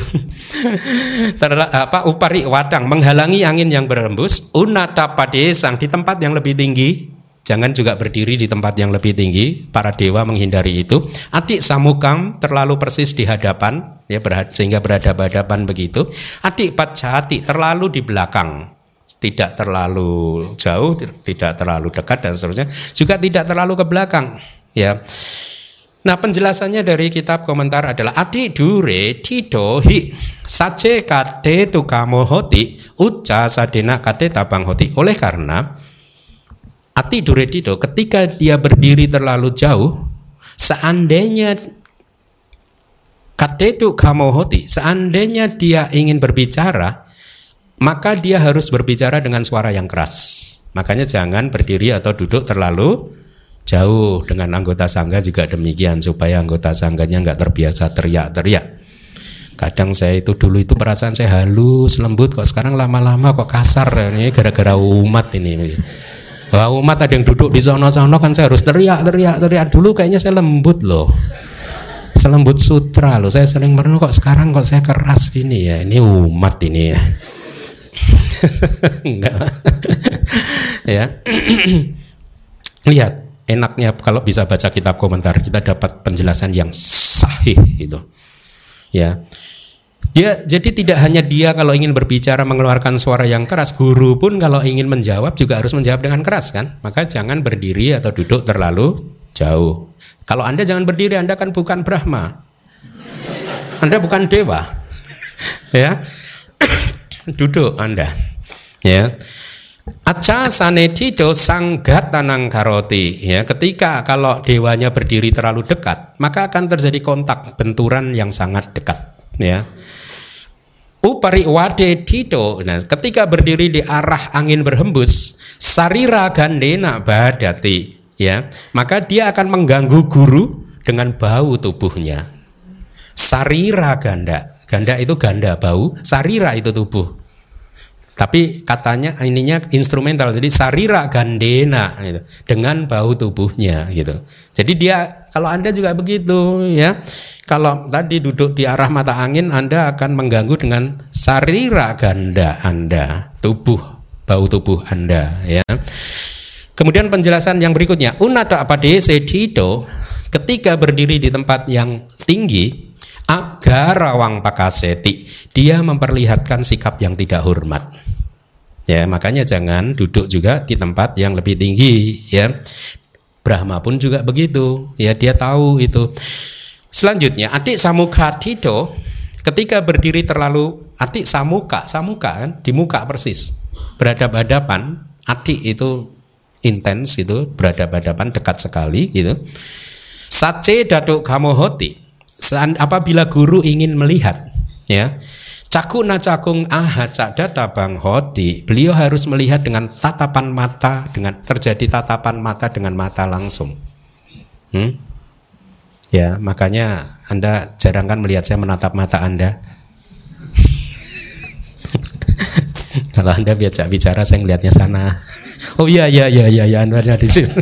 Upari wadang, menghalangi angin yang berhembus. Unata padesang, di tempat yang lebih tinggi. Jangan juga berdiri di tempat yang lebih tinggi. Para dewa menghindari itu. Atik samukam, terlalu persis di hadapan, ya, sehingga berhadapan-hadapan begitu. Atik pacati, terlalu di belakang, tidak terlalu jauh, tidak terlalu dekat, dan seterusnya. Juga tidak terlalu ke belakang, ya. Nah, penjelasannya dari kitab komentar adalah ati dure tido hi sace kate tukamo hoti uca sadena kate tabang hoti. Oleh karena ati dure tido, ketika dia berdiri terlalu jauh, seandainya kate tukamo hoti, seandainya dia ingin berbicara, maka dia harus berbicara dengan suara yang keras. Makanya jangan berdiri atau duduk terlalu jauh. Dengan anggota sangga juga demikian, supaya anggota sangganya nggak terbiasa teriak-teriak. Kadang saya itu dulu itu perasaan saya halus, lembut, kok sekarang lama-lama kok kasar. Ini gara-gara umat ini. Wah, umat ada yang duduk di sono-sono kan saya harus teriak. Dulu kayaknya saya lembut loh, selembut sutra loh. Saya sering merenung, kok sekarang kok saya keras gini ya. Ini umat ini ya. Enggak. Ya. Lihat, enaknya kalau bisa baca kitab komentar, kita dapat penjelasan yang sahih itu. Ya. Jadi tidak hanya dia kalau ingin berbicara mengeluarkan suara yang keras, guru pun kalau ingin menjawab juga harus menjawab dengan keras kan. Maka jangan berdiri atau duduk terlalu jauh. Kalau Anda jangan berdiri, Anda kan bukan Brahma. Anda bukan dewa. Ya. Duduk Anda. Ya. Aca sanetido sanggatanang karoti, ya, ketika kalau dewanya berdiri terlalu dekat, maka akan terjadi kontak benturan yang sangat dekat, ya. Upari wade tido, nah, ketika berdiri di arah angin berhembus, sarira gandena badati, ya, maka dia akan mengganggu guru dengan bau tubuhnya. Sarira ganda itu ganda bau, sarira itu tubuh. Tapi katanya ininya instrumental, jadi sarira gandena gitu, dengan bau tubuhnya gitu. Jadi dia, kalau Anda juga begitu ya. Kalau tadi duduk di arah mata angin, Anda akan mengganggu dengan sarira ganda Anda, tubuh, bau tubuh Anda ya. Kemudian penjelasan yang berikutnya, unata padese tido, ketika berdiri di tempat yang tinggi, agarawang pakaseti, dia memperlihatkan sikap yang tidak hormat. Ya, makanya jangan duduk juga di tempat yang lebih tinggi ya. Brahma pun juga begitu ya, dia tahu itu. Selanjutnya atik samuka tido, ketika berdiri terlalu atik samuka kan di muka persis, berhadapan-hadapan. Atik itu intens, itu berhadapan-hadapan, dekat sekali gitu. Sace daduk kamohoti, apabila guru ingin melihat ya, cakuna cakung ahacada tabang hoti, beliau harus melihat dengan tatapan mata, dengan terjadi tatapan mata dengan mata langsung. Ya, makanya Anda jarang kan melihat saya menatap mata Anda. Kalau Anda bicara saya ngelihatnya sana. Oh iya Anda ada di situ.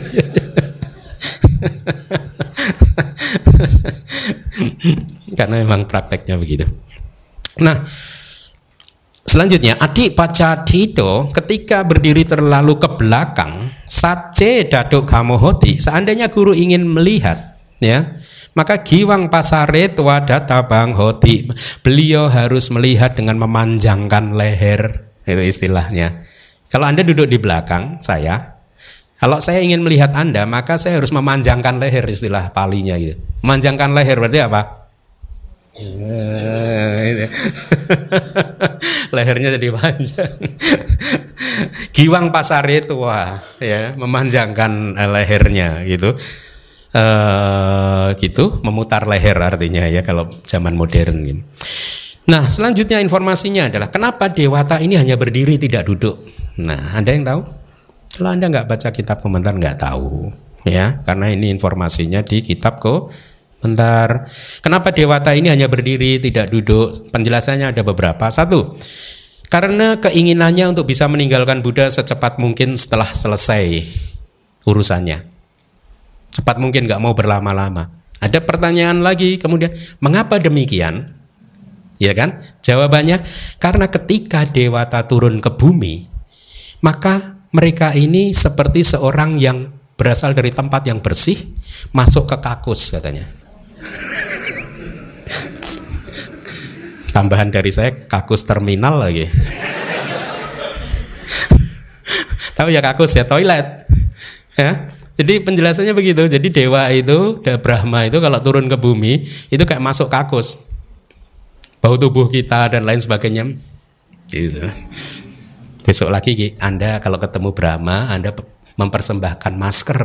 Karena memang prakteknya begitu. Nah, selanjutnya adik pacatido, ketika berdiri terlalu ke belakang, sace daduk kamohoti, seandainya guru ingin melihat ya, maka giwang pasare tua data bang hoti, beliau harus melihat dengan memanjangkan leher, itu istilahnya. Kalau Anda duduk di belakang saya, kalau saya ingin melihat Anda, maka saya harus memanjangkan leher, istilah palinya gitu. Memanjangkan leher berarti apa? Lehernya jadi panjang. Giwang Pasare tua, ya, memanjangkan lehernya gitu. Gitu, memutar leher artinya ya kalau zaman modern gitu. Nah, selanjutnya informasinya adalah kenapa Dewata ini hanya berdiri tidak duduk. Nah, Anda yang tahu? Kalau Anda nggak baca kitab komentar nggak tahu, ya, karena ini informasinya di kitab komentar. Kenapa Dewata ini hanya berdiri tidak duduk? Penjelasannya ada beberapa. Satu, karena keinginannya untuk bisa meninggalkan Buddha secepat mungkin setelah selesai urusannya. Cepat mungkin, nggak mau berlama-lama. Ada pertanyaan lagi kemudian, mengapa demikian? Ya kan? Jawabannya karena ketika Dewata turun ke bumi, maka mereka ini seperti seorang yang berasal dari tempat yang bersih masuk ke kakus katanya. Tambahan dari saya, kakus terminal lagi. Tahu ya kakus ya, toilet. Ya. Jadi penjelasannya begitu. Jadi dewa itu, Brahma itu kalau turun ke bumi itu kayak masuk kakus. Bau tubuh kita dan lain sebagainya gitu. Besok lagi Anda kalau ketemu Brahma, Anda mempersembahkan masker.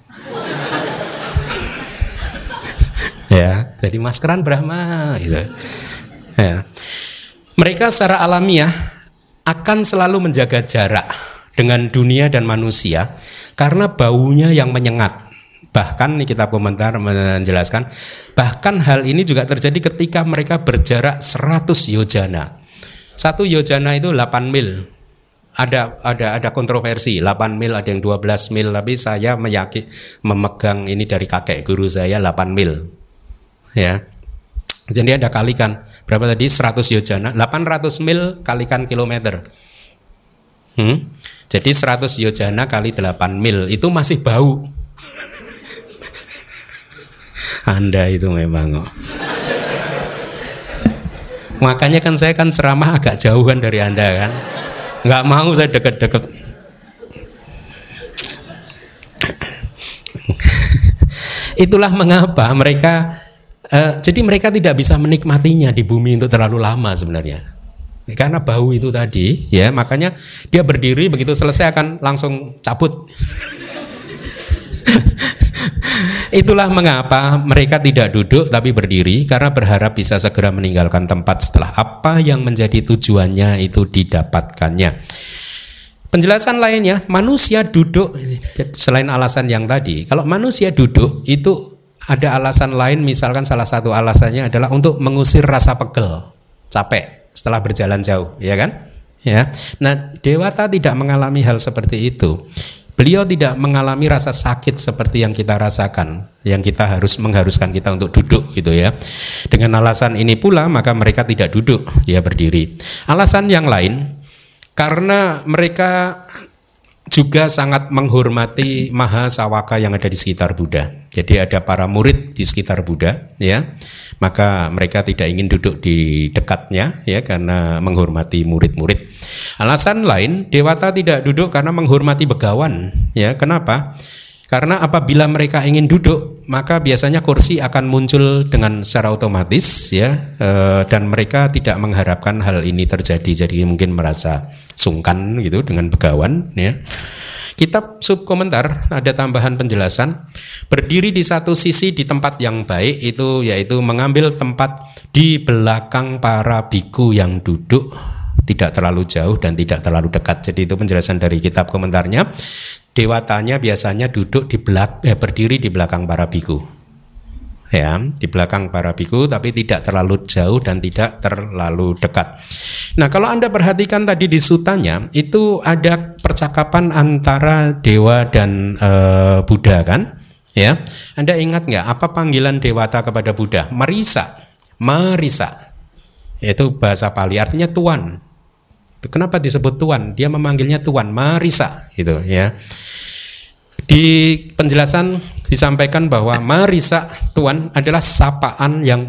Ya, jadi maskeran Brahma gitu. Ya. Mereka secara alamiah akan selalu menjaga jarak dengan dunia dan manusia karena baunya yang menyengat. Bahkan nih kitab komentar menjelaskan, bahkan hal ini juga terjadi ketika mereka berjarak 100 yojana. 1 yojana itu 8 mil. Ada kontroversi, 8 mil, ada yang 12 mil, tapi saya memegang ini dari kakek guru saya 8 mil. Ya. Jadi ada kalikan, berapa tadi? 100 yojana, 800 mil kalikan kilometer. Jadi 100 yojana kali 8 mil itu masih bau. Anda itu memang makanya kan saya kan ceramah agak jauhan dari Anda kan, nggak mau saya deket-deket. Itulah mengapa mereka jadi mereka tidak bisa menikmatinya di bumi untuk terlalu lama sebenarnya, karena bau itu tadi ya. Makanya dia berdiri, begitu selesai akan langsung cabut. Itulah mengapa mereka tidak duduk tapi berdiri, karena berharap bisa segera meninggalkan tempat setelah apa yang menjadi tujuannya itu didapatkannya. Penjelasan lainnya, manusia duduk selain alasan yang tadi. Kalau manusia duduk itu ada alasan lain, misalkan salah satu alasannya adalah untuk mengusir rasa pegel, capek setelah berjalan jauh, ya kan? Ya. Nah, Dewata tidak mengalami hal seperti itu. Beliau tidak mengalami rasa sakit seperti yang kita rasakan, yang kita mengharuskan kita untuk duduk gitu ya. Dengan alasan ini pula maka mereka tidak duduk, dia berdiri. Alasan yang lain, karena mereka juga sangat menghormati Mahasawaka yang ada di sekitar Buddha. Jadi ada para murid di sekitar Buddha ya. Maka mereka tidak ingin duduk di dekatnya ya, karena menghormati murid-murid. Alasan lain, Dewata tidak duduk karena menghormati begawan ya. Kenapa? Karena apabila mereka ingin duduk, maka biasanya kursi akan muncul dengan secara otomatis ya, dan mereka tidak mengharapkan hal ini terjadi, jadi mungkin merasa sungkan gitu dengan begawan ya. Kitab subkomentar ada tambahan penjelasan, berdiri di satu sisi di tempat yang baik itu yaitu mengambil tempat di belakang para biku yang duduk, tidak terlalu jauh dan tidak terlalu dekat. Jadi itu penjelasan dari kitab komentarnya. Dewatanya biasanya duduk berdiri di belakang para biku. Ya, di belakang para biku, tapi tidak terlalu jauh dan tidak terlalu dekat. Nah, kalau Anda perhatikan tadi di sutanya itu ada percakapan antara dewa dan Buddha kan? Ya, Anda ingat nggak apa panggilan Dewata kepada Buddha? Marisa, Marisa. Itu bahasa Pali, artinya tuan. Kenapa disebut tuan? Dia memanggilnya tuan, Marisa, gitu ya. Di penjelasan disampaikan bahwa Marisa, tuan, adalah sapaan yang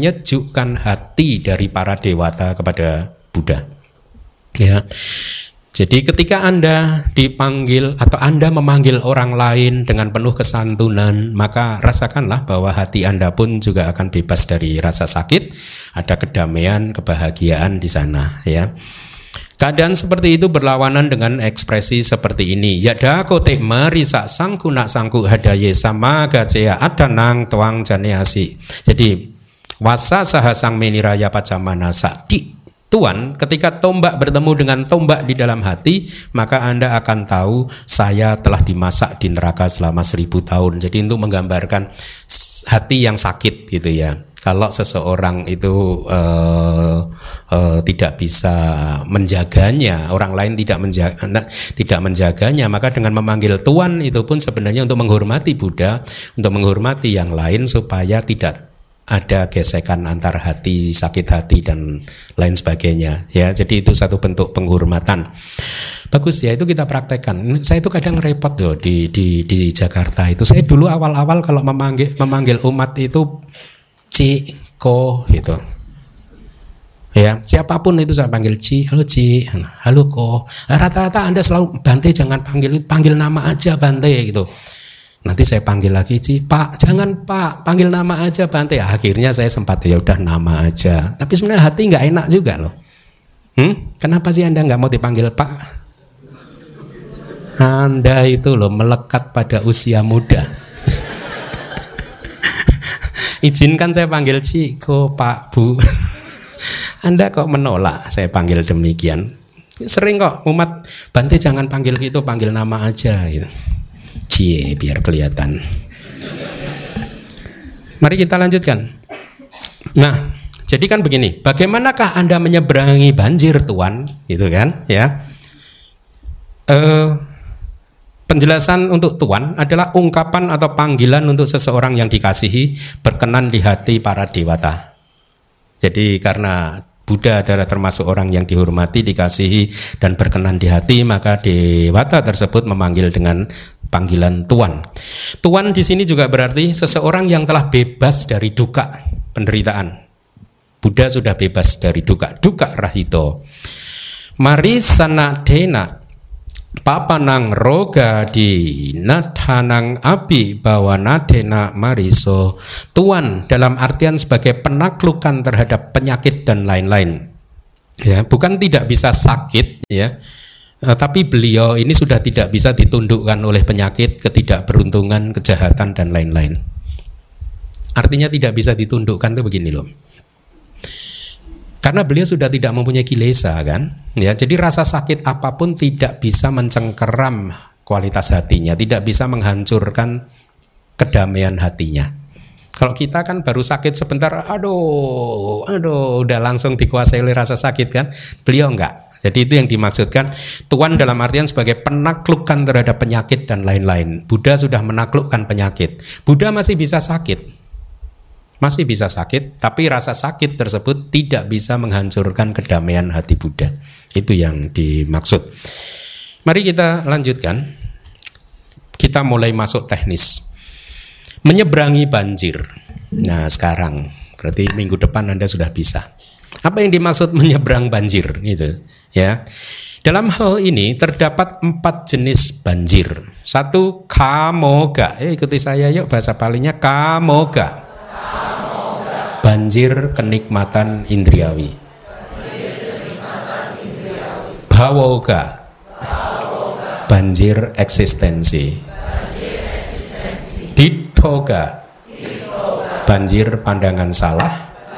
menyejukkan hati dari para dewata kepada Buddha. Ya. Jadi ketika Anda dipanggil atau Anda memanggil orang lain dengan penuh kesantunan, maka rasakanlah bahwa hati Anda pun juga akan bebas dari rasa sakit, ada kedamaian, kebahagiaan di sana, ya. Keadaan seperti itu berlawanan dengan ekspresi seperti ini. Yada kote marisa sangku nak sangku hadaye sama gacea adanang tuang janeasi. Jadi wasa sahasang meniraya pacamana sakti. Tuan, ketika tombak bertemu dengan tombak di dalam hati, maka Anda akan tahu saya telah dimasak di neraka selama 1000 tahun. Jadi untuk menggambarkan hati yang sakit gitu ya. Kalau seseorang itu tidak bisa menjaganya, orang lain tidak menjaganya, maka dengan memanggil Tuan itu pun sebenarnya untuk menghormati Buddha, untuk menghormati yang lain supaya tidak ada gesekan antar hati, sakit hati dan lain sebagainya, ya. Jadi itu satu bentuk penghormatan. Bagus ya, itu kita praktekkan. Saya itu kadang repot loh di Jakarta itu. Saya dulu awal-awal kalau memanggil umat itu Ciko gitu. Ya, siapapun itu saya panggil Ci, halo Ci, halo Ko. Rata-rata Anda selalu Bante jangan panggil nama aja Bante gitu. Nanti saya panggil lagi Ci, Pak, jangan Pak, panggil nama aja Bante. Akhirnya saya sempat ya udah nama aja. Tapi sebenarnya hati nggak enak juga loh. Kenapa sih Anda nggak mau dipanggil Pak? Anda itu loh melekat pada usia muda. Izinkan saya panggil Ciko, Pak, Bu. Anda kok menolak saya panggil demikian? Sering kok umat Bante jangan panggil gitu, panggil nama aja gitu. Cie, biar kelihatan. Mari kita lanjutkan. Nah, jadi kan begini, bagaimanakah Anda menyeberangi banjir Tuan? Gitu kan, ya. Penjelasan untuk Tuan adalah ungkapan atau panggilan untuk seseorang yang dikasihi, berkenan di hati para dewata. Jadi karena Buddha adalah termasuk orang yang dihormati, dikasihi, dan berkenan di hati, maka dewata tersebut memanggil dengan panggilan Tuan. Tuan di sini juga berarti seseorang yang telah bebas dari duka, penderitaan. Buddha sudah bebas dari duka, duka rahito. Marisana dena papanang roga di nathanang api bawa nadena mariso. Tuan dalam artian sebagai penaklukan terhadap penyakit dan lain-lain. Ya, bukan tidak bisa sakit, ya. Tapi beliau ini sudah tidak bisa ditundukkan oleh penyakit, ketidakberuntungan, kejahatan dan lain-lain. Artinya tidak bisa ditundukkan itu begini loh. Karena beliau sudah tidak mempunyai kilesa kan, ya. Jadi rasa sakit apapun tidak bisa mencengkeram kualitas hatinya, tidak bisa menghancurkan kedamaian hatinya. Kalau kita kan baru sakit sebentar, aduh, udah langsung dikuasai oleh rasa sakit kan. Beliau enggak. Jadi itu yang dimaksudkan Tuan dalam artian sebagai penaklukan terhadap penyakit dan lain-lain. Buddha sudah menaklukkan penyakit. Buddha masih bisa sakit. Masih bisa sakit, tapi rasa sakit tersebut tidak bisa menghancurkan kedamaian hati Buddha. Itu yang dimaksud. Mari kita lanjutkan. Kita mulai masuk teknis. Menyeberangi banjir. Nah sekarang, berarti minggu depan Anda sudah bisa. Apa yang dimaksud menyeberang banjir? Gitu, ya. Dalam hal ini terdapat 4 jenis banjir. 1, kamoga. Ikuti saya yuk bahasa Palinya, kamoga. Banjir kenikmatan indriawi. Bhawoga. Banjir eksistensi. Dithoga. Banjir pandangan salah.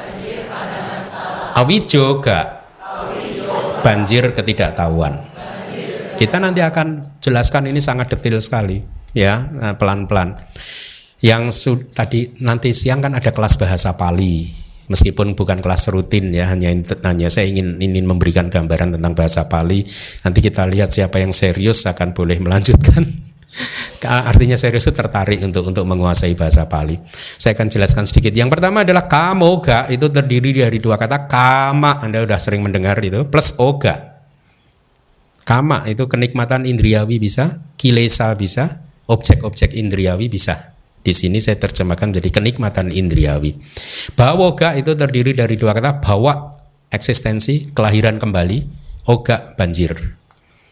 Awijoga. Banjir ketidaktahuan. Kita nanti akan jelaskan ini sangat detail sekali, ya, pelan-pelan. Yang tadi nanti siang kan ada kelas bahasa Pali, meskipun bukan kelas rutin ya, hanya saya ingin memberikan gambaran tentang bahasa Pali. Nanti kita lihat siapa yang serius akan boleh melanjutkan. Artinya serius itu tertarik untuk menguasai bahasa Pali. Saya akan jelaskan sedikit. Yang pertama adalah kamoga, itu terdiri dari 2 kata. Kama, Anda sudah sering mendengar itu, plus oga. Kama itu kenikmatan indriawi bisa, kilesa bisa, objek-objek indriawi bisa. Di sini saya terjemahkan menjadi kenikmatan indriawi. Bawoga itu terdiri dari 2 kata. Bawa, eksistensi, kelahiran kembali. Oga, banjir.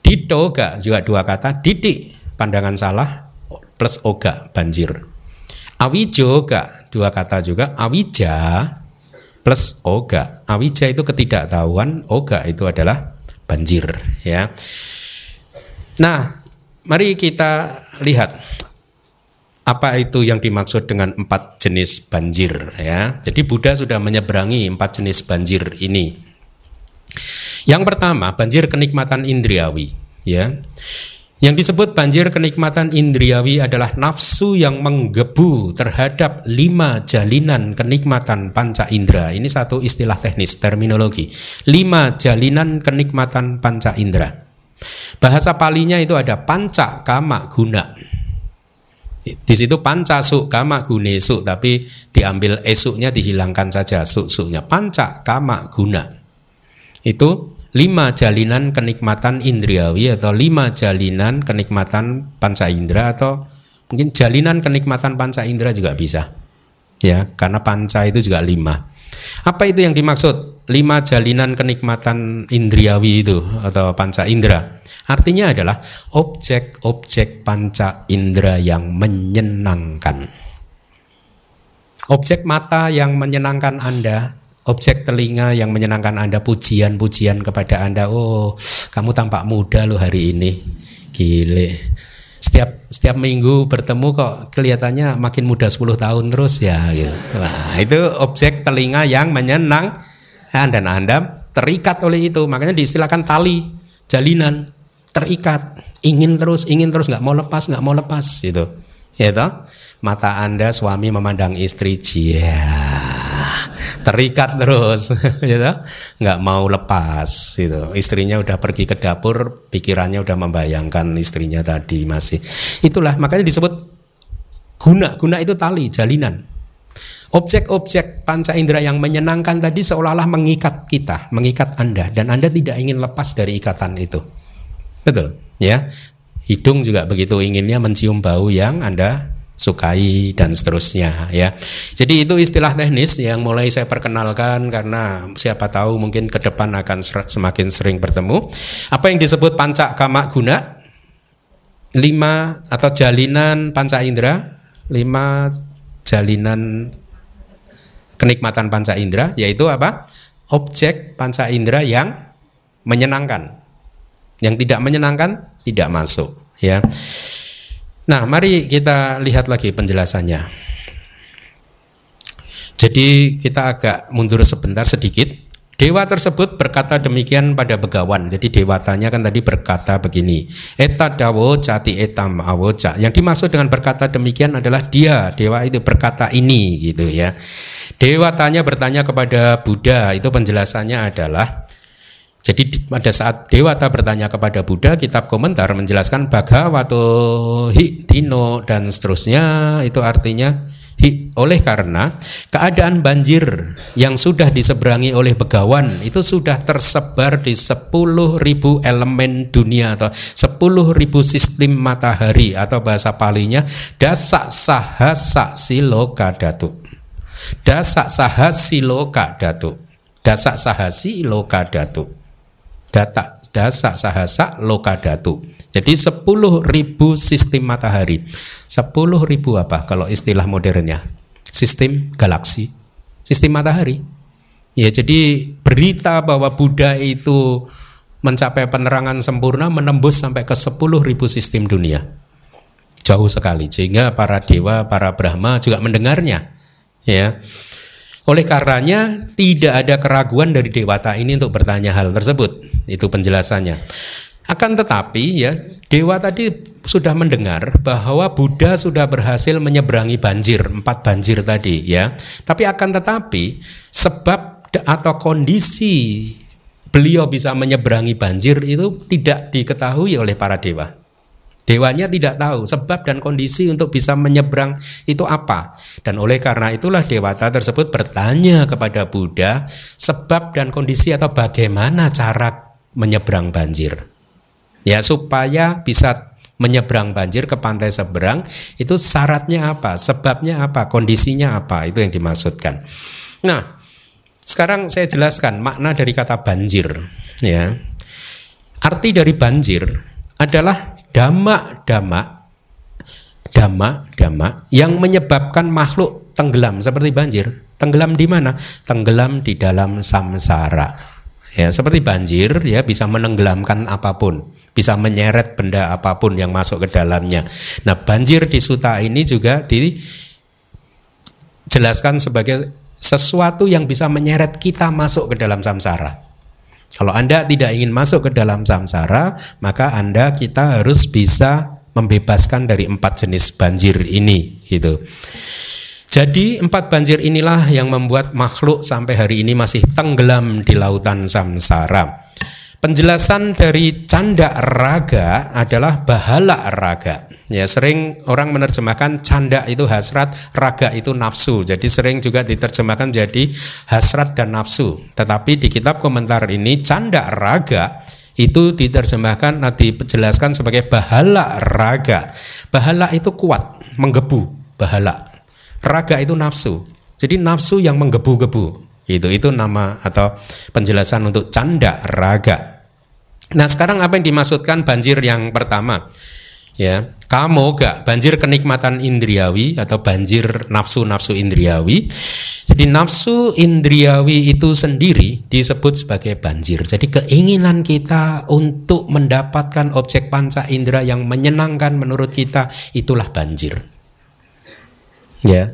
Ditoga juga dua kata, didik pandangan salah plus oga banjir. Awijoga dua kata juga, awija plus oga. Awija itu ketidaktahuan, oga itu adalah banjir, ya. Nah, mari kita lihat apa itu yang dimaksud dengan 4 jenis banjir, ya. Jadi Buddha sudah menyeberangi 4 jenis banjir ini. Yang pertama, banjir kenikmatan indriawi, ya. Yang disebut banjir kenikmatan indriawi adalah nafsu yang menggebu terhadap 5 jalinan kenikmatan panca indera. Ini satu istilah teknis, terminologi. 5 jalinan kenikmatan panca indera. Bahasa Palinya itu ada panca kama guna. Di situ panca suk kama gune suk, tapi diambil esuknya dihilangkan saja suk-suknya. Panca kama guna. Itu 5 jalinan kenikmatan indriawi atau 5 jalinan kenikmatan panca indera, atau mungkin jalinan kenikmatan panca indera juga bisa. Ya, karena panca itu juga 5. Apa itu yang dimaksud 5 jalinan kenikmatan indriawi itu atau panca indera? Artinya adalah objek-objek panca indera yang menyenangkan. Objek mata yang menyenangkan Anda, objek telinga yang menyenangkan Anda, pujian-pujian kepada Anda. Oh, kamu tampak muda loh hari ini. Gile. Setiap minggu bertemu kok kelihatannya makin muda 10 tahun terus ya gitu. Nah, itu objek telinga yang menyenangkan dan Anda terikat oleh itu. Makanya diistilahkan tali, jalinan. Terikat, ingin terus nggak mau lepas gitu, ya toh. Mata Anda suami memandang istri, terikat terus, ya toh, nggak mau lepas gitu. Istrinya udah pergi ke dapur, pikirannya udah membayangkan istrinya tadi masih. Itulah makanya disebut guna itu tali, jalinan. Objek-objek panca indera yang menyenangkan tadi seolah-olah mengikat kita, mengikat Anda, dan Anda tidak ingin lepas dari ikatan itu. Betul, ya. Hidung juga begitu, inginnya mencium bau yang Anda sukai dan seterusnya, ya. Jadi itu istilah teknis yang mulai saya perkenalkan karena siapa tahu mungkin ke depan akan semakin sering bertemu. Apa yang disebut panca kama guna? 5 atau jalinan panca indera, 5 jalinan kenikmatan panca indera, yaitu apa? Objek panca indera yang menyenangkan. Yang tidak menyenangkan tidak masuk, ya. Nah, mari kita lihat lagi penjelasannya. Jadi kita agak mundur sebentar sedikit. Dewa tersebut berkata demikian pada Begawan. Jadi dewatanya kan tadi berkata begini, eta dawo cati etam awoca. Yang dimaksud dengan berkata demikian adalah dia, dewa itu berkata ini gitu, ya. Dewatanya bertanya kepada Buddha, itu penjelasannya adalah, jadi pada saat Dewata bertanya kepada Buddha, kitab komentar menjelaskan Bhagavato hi dino dan seterusnya, itu artinya oleh karena keadaan banjir yang sudah diseberangi oleh Begawan itu sudah tersebar di 10.000 elemen dunia atau 10.000 sistem matahari, atau bahasa Palinya dasak sahasa silokadatu. Dasak sahasi lokadatu. Dasak sahasi lokadatu. Dasak sahasa lokadatu. Jadi 10.000 sistem matahari. 10.000 apa kalau istilah modernnya? Sistem galaksi, sistem matahari. Ya, jadi berita bahwa Buddha itu mencapai penerangan sempurna menembus sampai ke 10.000 sistem dunia. Jauh sekali, sehingga para dewa, para Brahma juga mendengarnya, ya. Oleh karenanya tidak ada keraguan dari dewata ini untuk bertanya hal tersebut. Itu penjelasannya. Akan tetapi ya, dewa tadi sudah mendengar bahwa Buddha sudah berhasil menyeberangi banjir, 4 banjir tadi, ya. Tapi akan tetapi sebab atau kondisi beliau bisa menyeberangi banjir itu tidak diketahui oleh para dewa. Dewanya tidak tahu sebab dan kondisi untuk bisa menyeberang itu apa. Dan oleh karena itulah dewata tersebut bertanya kepada Buddha sebab dan kondisi atau bagaimana cara menyeberang banjir. Ya, supaya bisa menyeberang banjir ke pantai seberang, itu syaratnya apa, sebabnya apa, kondisinya apa, itu yang dimaksudkan. Nah, sekarang saya jelaskan makna dari kata banjir, ya. Arti dari banjir adalah dhamma yang menyebabkan makhluk tenggelam seperti banjir. Tenggelam di mana? Tenggelam di dalam samsara. Ya, seperti banjir ya, bisa menenggelamkan apapun, bisa menyeret benda apapun yang masuk ke dalamnya. Nah, banjir di sutta ini juga dijelaskan sebagai sesuatu yang bisa menyeret kita masuk ke dalam samsara. Kalau Anda tidak ingin masuk ke dalam samsara, maka kita harus bisa membebaskan dari 4 jenis banjir ini, gitu. Jadi 4 banjir inilah yang membuat makhluk sampai hari ini masih tenggelam di lautan samsara. Penjelasan dari canda raga adalah bahala raga. Ya, sering orang menerjemahkan canda itu hasrat, raga itu nafsu. Jadi sering juga diterjemahkan jadi hasrat dan nafsu. Tetapi di kitab komentar ini canda raga itu diterjemahkan, dijelaskan sebagai bahala raga. Bahala itu kuat, menggebu, bahala. Raga itu nafsu. Jadi nafsu yang menggebu-gebu. Itu nama atau penjelasan untuk canda raga. Nah, sekarang apa yang dimaksudkan banjir yang pertama? Ya, kamoga, banjir kenikmatan indriawi atau banjir nafsu-nafsu indriawi. Jadi nafsu indriawi itu sendiri disebut sebagai banjir. Jadi keinginan kita untuk mendapatkan objek panca indera yang menyenangkan menurut kita, itulah banjir. Ya.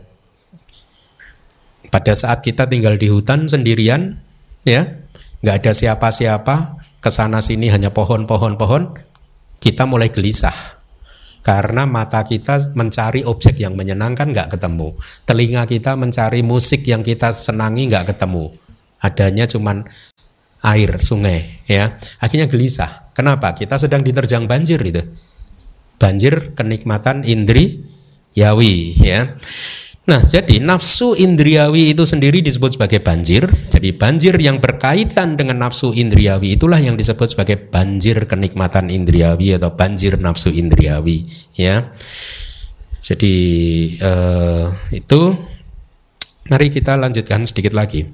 Pada saat kita tinggal di hutan sendirian, ya, nggak ada siapa-siapa, kesana sini hanya pohon-pohon, kita mulai gelisah. Karena mata kita mencari objek yang menyenangkan nggak ketemu, telinga kita mencari musik yang kita senangi nggak ketemu, adanya cuman air, sungai, ya. Akhirnya gelisah. Kenapa? Kita sedang diterjang banjir itu, banjir kenikmatan indriyawi, ya. Nah, jadi nafsu indriawi itu sendiri disebut sebagai banjir. Jadi banjir yang berkaitan dengan nafsu indriawi itulah yang disebut sebagai banjir kenikmatan indriawi atau banjir nafsu indriawi, ya. Jadi itu, mari kita lanjutkan sedikit lagi.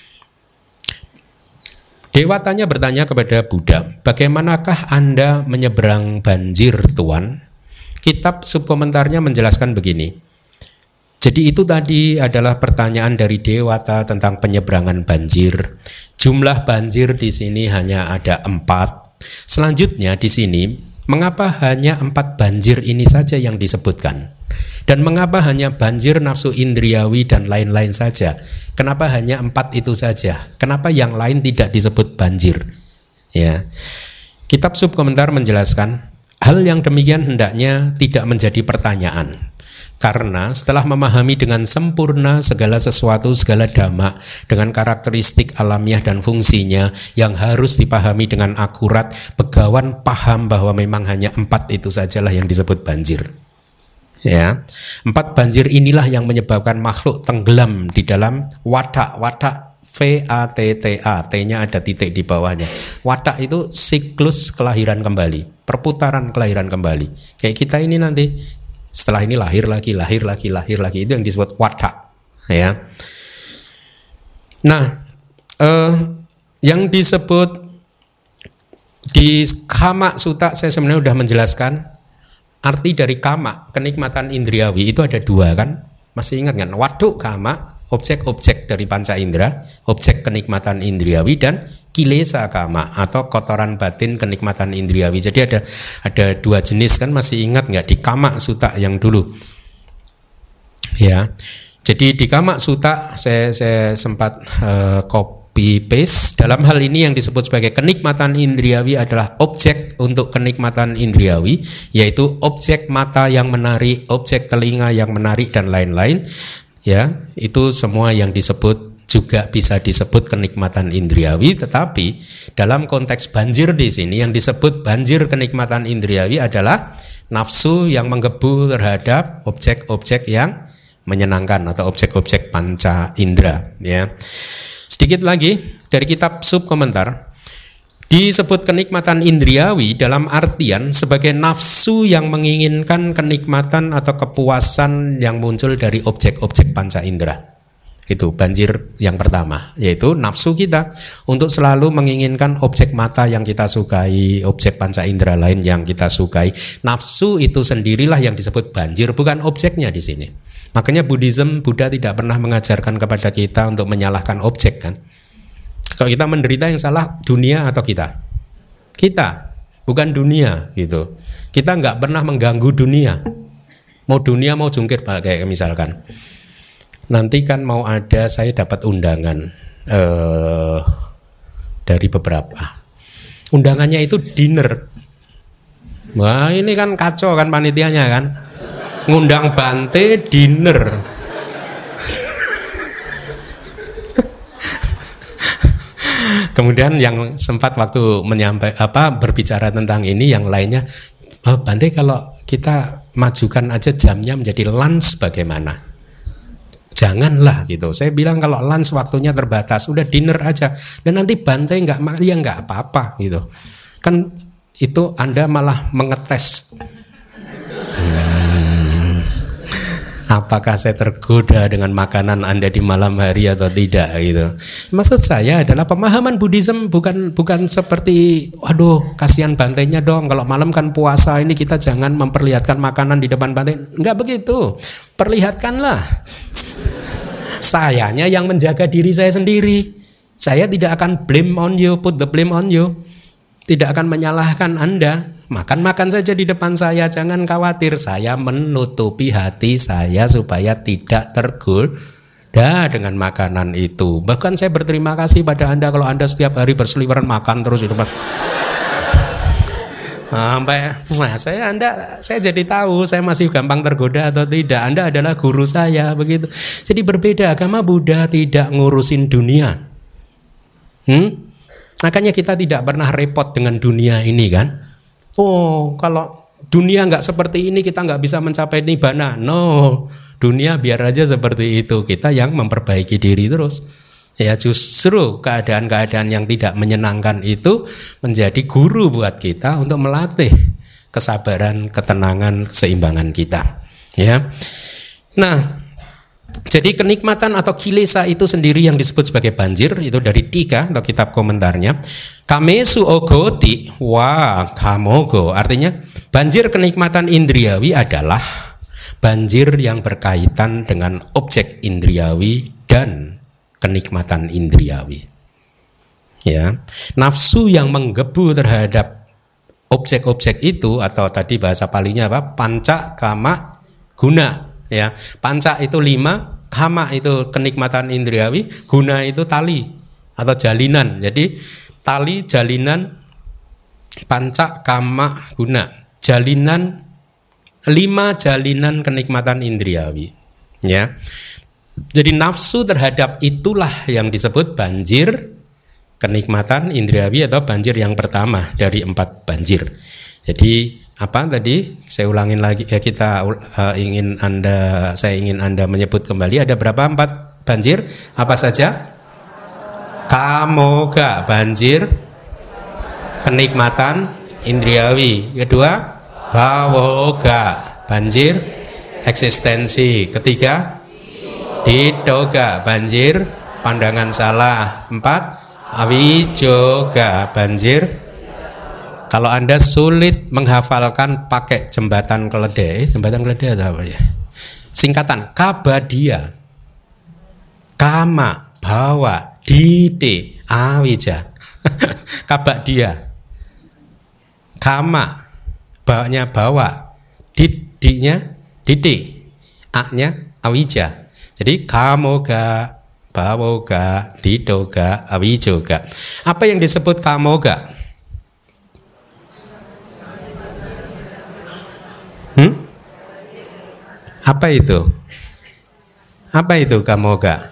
Dewatanya bertanya kepada Buddha, bagaimanakah Anda menyeberang banjir, Tuan? Kitab subkomentarnya menjelaskan begini. Jadi itu tadi adalah pertanyaan dari Dewata tentang penyeberangan banjir. Jumlah banjir di sini hanya ada 4. Selanjutnya di sini, mengapa hanya 4 banjir ini saja yang disebutkan? Dan mengapa hanya banjir nafsu indriawi dan lain-lain saja? Kenapa hanya 4 itu saja? Kenapa yang lain tidak disebut banjir? Ya. Kitab subkomentar menjelaskan, hal yang demikian hendaknya tidak menjadi pertanyaan. Karena setelah memahami dengan sempurna segala sesuatu, segala dhamma dengan karakteristik alamiah dan fungsinya yang harus dipahami dengan akurat, begawan paham bahwa memang hanya 4 itu sajalah yang disebut banjir. Ya, 4 banjir inilah yang menyebabkan makhluk tenggelam di dalam watak VATTA, T-nya ada titik di bawahnya. Watak itu siklus kelahiran kembali, perputaran kelahiran kembali. Kayak kita ini nanti setelah ini lahir lagi, itu yang disebut watak, ya. Nah, yang disebut di Kama Sutta, saya sebenarnya sudah menjelaskan arti dari kama, kenikmatan indriawi itu ada 2 kan? Masih ingat kan? Waduk kama, objek-objek dari panca indera, objek kenikmatan indriawi, dan kilesa kama atau kotoran batin kenikmatan indriawi. Jadi ada 2 jenis kan, masih ingat nggak di Kama Sutta yang dulu? Ya. Jadi di Kama Sutta saya sempat copy paste. Dalam hal ini yang disebut sebagai kenikmatan indriawi adalah objek untuk kenikmatan indriawi, yaitu objek mata yang menarik, objek telinga yang menarik dan lain-lain. Ya, itu semua yang disebut juga bisa disebut kenikmatan indriawi, tetapi dalam konteks banjir di sini yang disebut banjir kenikmatan indriawi adalah nafsu yang menggebu terhadap objek-objek yang menyenangkan atau objek-objek panca indera, ya. Sedikit lagi dari kitab subkomentar, disebut kenikmatan indriawi dalam artian sebagai nafsu yang menginginkan kenikmatan atau kepuasan yang muncul dari objek-objek panca indera. Itu banjir yang pertama, yaitu nafsu kita untuk selalu menginginkan objek mata yang kita sukai, objek panca indera lain yang kita sukai. Nafsu itu sendirilah yang disebut banjir, bukan objeknya di sini. Makanya Buddha tidak pernah mengajarkan kepada kita untuk menyalahkan objek kan. Kalau kita menderita, yang salah dunia atau kita? Kita, bukan dunia gitu. Kita nggak pernah mengganggu dunia. Mau dunia mau jungkir balik, kayak misalkan nanti kan mau ada, saya dapat undangan dari beberapa. Undangannya itu dinner. Wah, ini kan kacau kan panitianya kan. Ngundang Bante dinner. Kemudian yang sempat waktu berbicara tentang ini, yang lainnya, Bante kalau kita majukan aja jamnya menjadi lunch bagaimana? Janganlah gitu. Saya bilang kalau lunch waktunya terbatas, udah dinner aja. Dan nanti Bante nggak apa-apa gitu. Kan itu Anda malah mengetes. Apakah saya tergoda dengan makanan Anda di malam hari atau tidak gitu. Maksud saya adalah pemahaman Buddhism bukan seperti waduh kasihan Bantenya dong, kalau malam kan puasa ini kita jangan memperlihatkan makanan di depan Bante. Enggak begitu. Perlihatkanlah. Sayanya yang menjaga diri saya sendiri. Saya tidak akan blame on you, put the blame on you. Tidak akan menyalahkan Anda. Makan saja di depan saya, jangan khawatir. Saya menutupi hati saya supaya tidak tergoda dengan makanan itu. Bahkan saya berterima kasih pada Anda kalau Anda setiap hari berseliweran makan terus di depan. Saya jadi tahu saya masih gampang tergoda atau tidak. Anda adalah guru saya, begitu. Jadi berbeda, agama Buddha tidak ngurusin dunia. Makanya kita tidak pernah repot dengan dunia ini kan. Oh, kalau dunia nggak seperti ini kita nggak bisa mencapai nibbana. No, dunia biar aja seperti itu. Kita yang memperbaiki diri terus. Ya justru keadaan-keadaan yang tidak menyenangkan itu menjadi guru buat kita untuk melatih kesabaran, ketenangan, keseimbangan kita. Ya, nah. Jadi kenikmatan atau kilesa itu sendiri yang disebut sebagai banjir, itu dari Tika atau kitab komentarnya. Kamesu ogoti wa kamogo, artinya banjir kenikmatan indriawi adalah banjir yang berkaitan dengan objek indriawi dan kenikmatan indriawi. Ya, nafsu yang menggebu terhadap objek-objek itu, atau tadi bahasa palinya apa? Panca, kama, guna. Ya, panca itu 5, kama itu kenikmatan indriawi, guna itu tali atau jalinan. Jadi tali, jalinan, panca, kama, guna, jalinan, 5 jalinan kenikmatan indriawi. Ya, jadi nafsu terhadap itulah yang disebut banjir kenikmatan indriawi atau banjir yang pertama dari 4 banjir. Jadi apa tadi? Saya ulangin lagi ya, saya ingin Anda menyebut kembali ada berapa 4 banjir? Apa saja? Kamoga, banjir kenikmatan indriawi. Kedua, bawoga, banjir eksistensi. Ketiga, didoga, banjir pandangan salah. 4, awijoga, banjir. Kalau Anda sulit menghafalkan pakai jembatan keledai ada apa ya? Singkatan kabadia, kama, bawa, dide, awija. Kabadia, kama, bawanya bawa, didiknya dide, a-nya awija. Jadi kamoga, bawoga, didoga, awijoga. Apa yang disebut kamoga? Apa itu? Apa itu kamoga?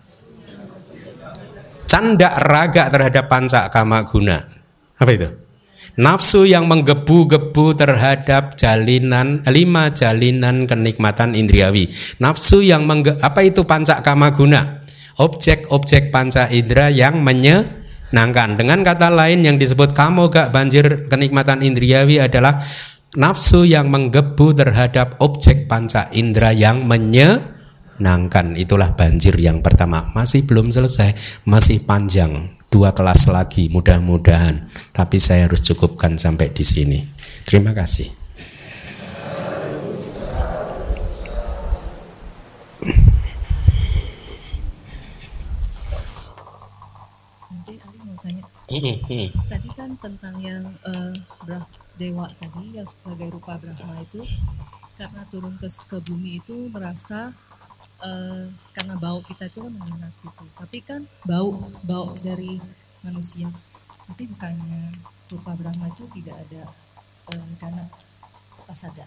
Canda raga terhadap panca kama guna. Apa itu? Nafsu yang menggebu-gebu terhadap 5 jalinan kenikmatan indriawi. Nafsu yang apa itu panca kama guna? Objek-objek panca indera yang menyenangkan. Dengan kata lain yang disebut kamoga banjir kenikmatan indriawi adalah nafsu yang menggebu terhadap objek panca indera yang menyenangkan. memenangkan. Itulah banjir yang pertama. Masih belum selesai, masih panjang, 2 kelas lagi mudah-mudahan. Tapi saya harus cukupkan sampai di sini. Terima kasih. Nanti Ali mau tanya. Tadi kan tentang yang dewa tadi yang sebagai rupa Brahma itu karena turun ke bumi itu merasa karena bau kita itu kan menyengat gitu. Tapi kan bau dari manusia. Tapi bukannya rupa Brahma itu tidak ada karena pasada.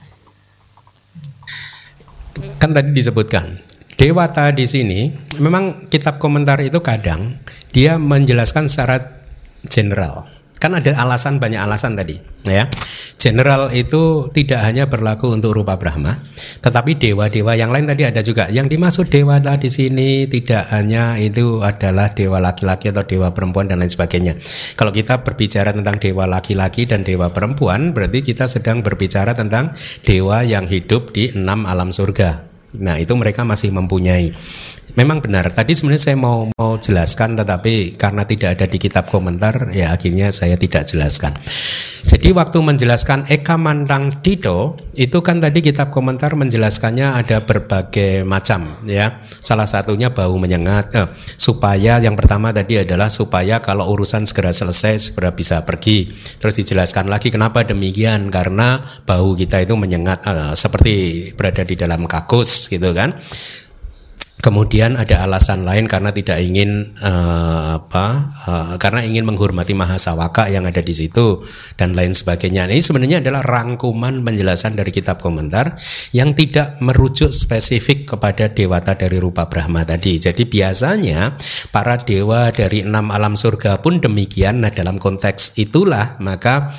Kan tadi disebutkan Dewata di sini memang kitab komentar itu kadang dia menjelaskan secara general. Kan ada alasan, banyak alasan tadi, ya. General itu tidak hanya berlaku untuk rupa Brahma, tetapi dewa-dewa yang lain tadi ada juga. Yang dimaksud dewata di sini tidak hanya itu adalah dewa laki-laki atau dewa perempuan dan lain sebagainya. Kalau kita berbicara tentang dewa laki-laki dan dewa perempuan, berarti kita sedang berbicara tentang dewa yang hidup di 6 alam surga. Nah, itu mereka masih mempunyai. Memang benar, tadi sebenarnya saya mau jelaskan, tetapi karena tidak ada di kitab komentar, ya akhirnya saya tidak jelaskan. Jadi waktu menjelaskan Eka Mantang Dito, itu kan tadi kitab komentar menjelaskannya ada berbagai macam, ya. Salah satunya bau menyengat, supaya yang pertama tadi adalah supaya kalau urusan segera selesai, segera bisa pergi. Terus dijelaskan lagi kenapa demikian, karena bau kita itu menyengat, seperti berada di dalam kakus gitu kan. Kemudian ada alasan lain karena tidak ingin karena ingin menghormati Mahasawaka yang ada di situ dan lain sebagainya. Ini sebenarnya adalah rangkuman penjelasan dari kitab komentar yang tidak merujuk spesifik kepada dewata dari rupa Brahma tadi. Jadi biasanya para dewa dari 6 alam surga pun demikian. Nah, dalam konteks itulah maka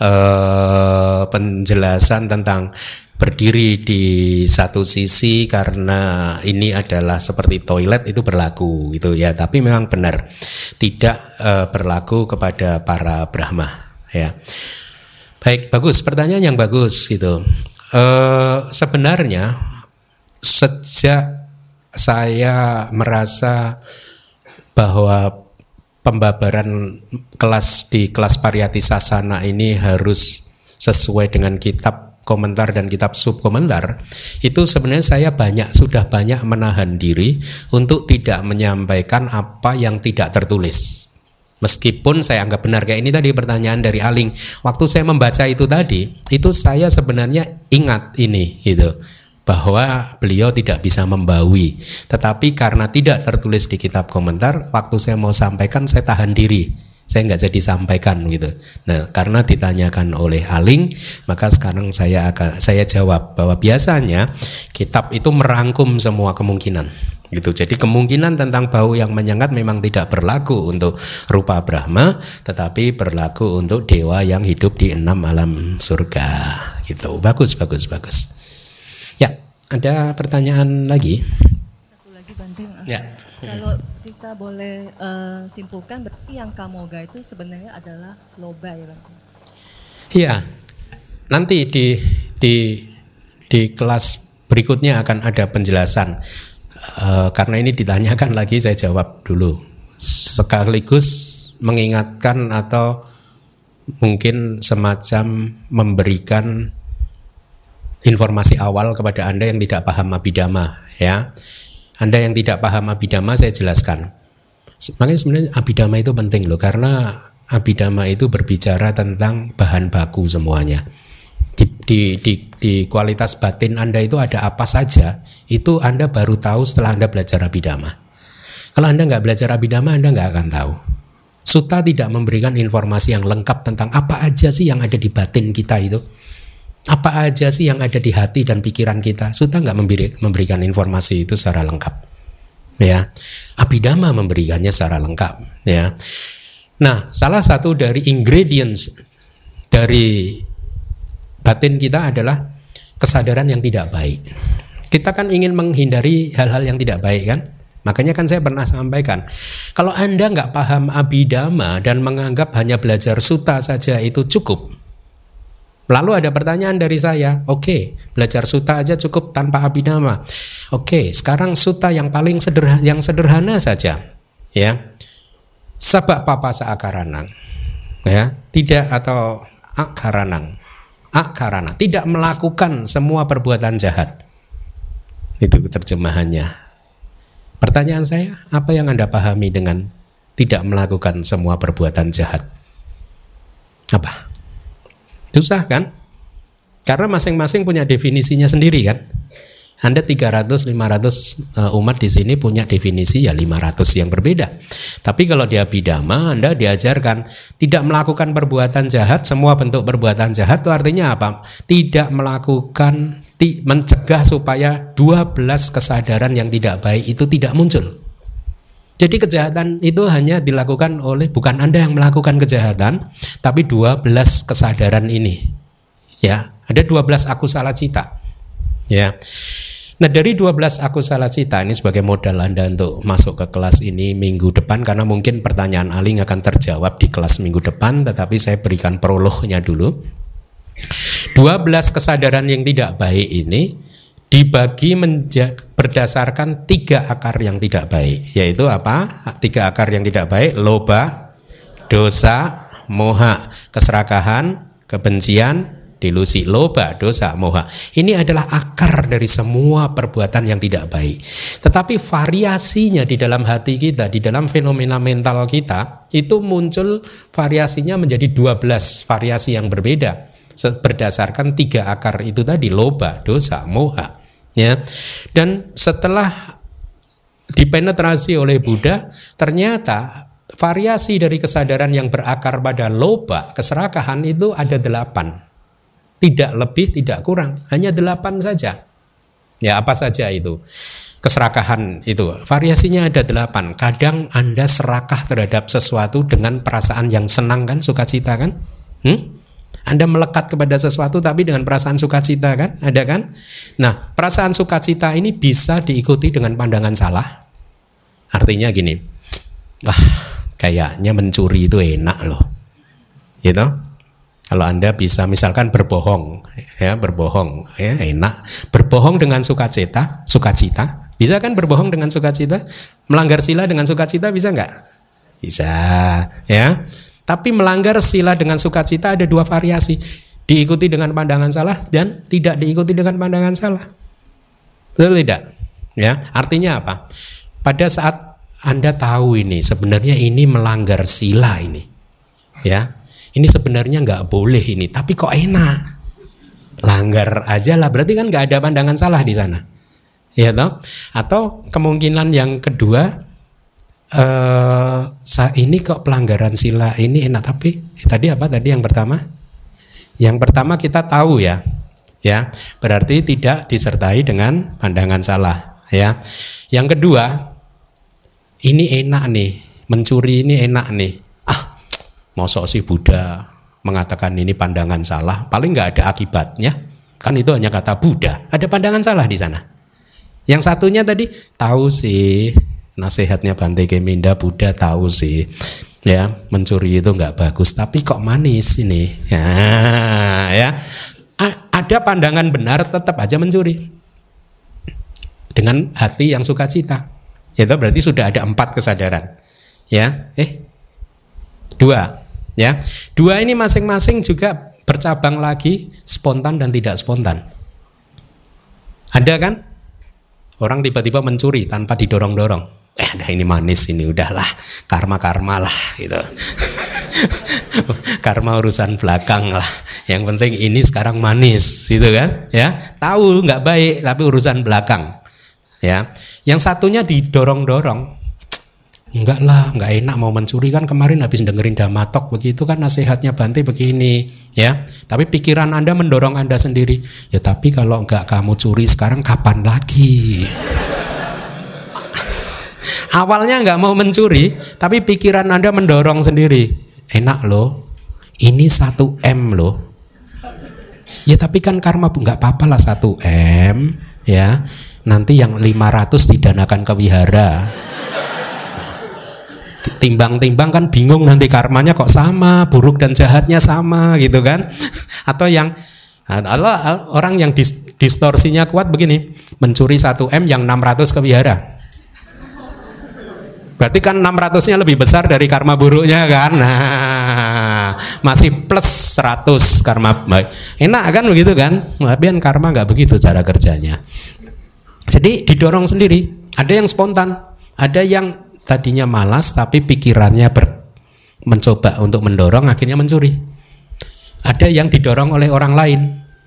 penjelasan tentang berdiri di satu sisi karena ini adalah seperti toilet itu berlaku gitu ya, tapi memang benar tidak berlaku kepada para Brahma ya. Baik, bagus, pertanyaan yang bagus gitu. Sebenarnya sejak saya merasa bahwa pembabaran di kelas Pariyati Sasana ini harus sesuai dengan kitab komentar dan kitab subkomentar, itu sebenarnya saya sudah banyak menahan diri untuk tidak menyampaikan apa yang tidak tertulis. Meskipun saya anggap benar, kayak ini tadi pertanyaan dari Aling, waktu saya membaca itu tadi, itu saya sebenarnya ingat ini gitu, bahwa beliau tidak bisa membawi, tetapi karena tidak tertulis di kitab komentar, waktu saya mau sampaikan saya tahan diri. Saya nggak jadi sampaikan gitu. Nah, karena ditanyakan oleh Aling, maka sekarang saya jawab bahwa biasanya kitab itu merangkum semua kemungkinan gitu. Jadi kemungkinan tentang bau yang menyengat memang tidak berlaku untuk rupa Brahma, tetapi berlaku untuk dewa yang hidup di 6 alam surga gitu. Bagus. Ya, ada pertanyaan lagi? Satu lagi Bante, maaf. Ya. Kalau kita boleh simpulkan, berarti yang kamoga itu sebenarnya adalah loba ya Bante? Iya, nanti di kelas berikutnya akan ada penjelasan. Karena ini ditanyakan lagi, saya jawab dulu. Sekaligus mengingatkan atau mungkin semacam memberikan informasi awal kepada Anda yang tidak paham Abhidhamma ya. Anda yang tidak paham Abhidhamma saya jelaskan. Makanya sebenarnya Abhidhamma itu penting loh, karena Abhidhamma itu berbicara tentang bahan baku semuanya. Di kualitas batin Anda itu ada apa saja, itu Anda baru tahu setelah Anda belajar Abhidhamma. Kalau Anda nggak belajar Abhidhamma, Anda nggak akan tahu. Sutta tidak memberikan informasi yang lengkap tentang apa aja sih yang ada di batin kita itu. Apa aja sih yang ada di hati dan pikiran kita? Sutta nggak memberikan informasi itu secara lengkap, ya. Abhidhamma memberikannya secara lengkap, ya. Nah, salah satu dari ingredients dari batin kita adalah kesadaran yang tidak baik. Kita kan ingin menghindari hal-hal yang tidak baik kan? Makanya kan saya pernah sampaikan, kalau Anda nggak paham Abhidhamma dan menganggap hanya belajar sutta saja itu cukup, Lalu ada pertanyaan dari saya, oke, belajar sutta aja cukup tanpa abhidhamma. Oke, sekarang sutta yang paling sederhana saja, ya. Sabak papa saakaranang, ya, tidak atau akaranang, akarana, tidak melakukan semua perbuatan jahat. Itu terjemahannya. Pertanyaan saya, apa yang Anda pahami dengan tidak melakukan semua perbuatan jahat? Apa? Susah kan? Karena masing-masing punya definisinya sendiri kan. Anda 300-500 umat di sini punya definisi ya 500 yang berbeda. Tapi kalau di Abhidhamma Anda diajarkan tidak melakukan perbuatan jahat, semua bentuk perbuatan jahat itu artinya apa? Tidak melakukan, mencegah supaya 12 kesadaran yang tidak baik itu tidak muncul. Jadi kejahatan itu hanya dilakukan oleh, bukan Anda yang melakukan kejahatan, tapi 12 kesadaran ini. Ya, ada 12 akusala cita. Ya. Nah, dari 12 akusala cita ini sebagai modal Anda untuk masuk ke kelas ini minggu depan, karena mungkin pertanyaan Aling akan terjawab di kelas minggu depan, tetapi saya berikan prolognya dulu. 12 kesadaran yang tidak baik ini dibagi berdasarkan 3 akar yang tidak baik, yaitu apa? 3 akar yang tidak baik: loba, dosa, moha. Keserakahan, kebencian, delusi. Loba, dosa, moha. Ini adalah akar dari semua perbuatan yang tidak baik. Tetapi variasinya di dalam hati kita, di dalam fenomena mental kita, itu muncul variasinya menjadi 12 variasi yang berbeda berdasarkan 3 akar itu tadi: loba, dosa, moha. Ya. Dan setelah dipenetrasi oleh Buddha, ternyata variasi dari kesadaran yang berakar pada loba, keserakahan, itu ada 8. Tidak lebih, tidak kurang, hanya 8 saja. Ya, apa saja itu? Keserakahan itu variasinya ada 8. Kadang Anda serakah terhadap sesuatu dengan perasaan yang senang kan, sukacita kan? Anda melekat kepada sesuatu tapi dengan perasaan sukacita kan? Ada kan? Nah, perasaan sukacita ini bisa diikuti dengan pandangan salah. Artinya gini, wah, kayaknya mencuri itu enak loh. Gitu? Kalau Anda bisa misalkan berbohong, ya, berbohong, ya, enak. Berbohong dengan sukacita, bisa kan berbohong dengan sukacita? Melanggar sila dengan sukacita bisa nggak? Bisa, ya. Tapi melanggar sila dengan sukacita ada 2 variasi, diikuti dengan pandangan salah dan tidak diikuti dengan pandangan salah. Betul tidak? Ya, artinya apa? Pada saat Anda tahu ini sebenarnya ini melanggar sila ini, ya, ini sebenarnya nggak boleh ini, tapi kok enak, langgar aja lah, berarti kan nggak ada pandangan salah di sana, ya toh? Atau kemungkinan yang kedua, ini kok pelanggaran sila ini enak, tapi tadi apa tadi yang pertama? Yang pertama kita tahu ya, berarti tidak disertai dengan pandangan salah, ya. Yang kedua, ini enak nih, mencuri ini enak nih. Mosok si Buddha mengatakan ini pandangan salah, paling nggak ada akibatnya, kan itu hanya kata Buddha, ada pandangan salah di sana. Yang satunya tadi tahu sih. Nasihatnya Bante Keminda, Buddha tahu sih, ya, mencuri itu nggak bagus, tapi kok manis ini, ya. Ada pandangan benar, tetap aja mencuri dengan hati yang sukacita. Itu berarti sudah ada 4 kesadaran, ya. 2, ya. 2 ini masing-masing juga bercabang lagi, spontan dan tidak spontan. Ada kan? Orang tiba-tiba mencuri tanpa didorong-dorong. Ada ini manis ini, udahlah, karma lah gitu. Karma urusan belakang lah. Yang penting ini sekarang manis, gitu kan? Ya, tahu nggak baik tapi urusan belakang. Ya, yang satunya didorong-dorong. Enggak lah, nggak enak mau mencuri, kan kemarin habis dengerin Dhammatalk begitu kan nasihatnya Bante begini, ya. Tapi pikiran Anda mendorong Anda sendiri. Ya tapi kalau nggak kamu curi sekarang kapan lagi? Awalnya nggak mau mencuri, tapi pikiran Anda mendorong sendiri. Enak loh, ini 1M loh. Ya tapi kan karma nggak apa-apa lah 1M, ya. Nanti yang 500 didanakan ke wihara. timbang-timbang kan bingung nanti karmanya kok sama, buruk dan jahatnya sama gitu kan. Atau yang orang yang distorsinya kuat begini, mencuri 1 M yang 600 kewihara. Berarti kan 600-nya lebih besar dari karma buruknya kan. Nah, masih plus 100 karma baik. Enak kan begitu kan? Tapi kan karma nggak begitu cara kerjanya. Jadi didorong sendiri. Ada yang spontan, ada yang tadinya malas tapi pikirannya mencoba untuk mendorong akhirnya mencuri. Ada yang didorong oleh orang lain.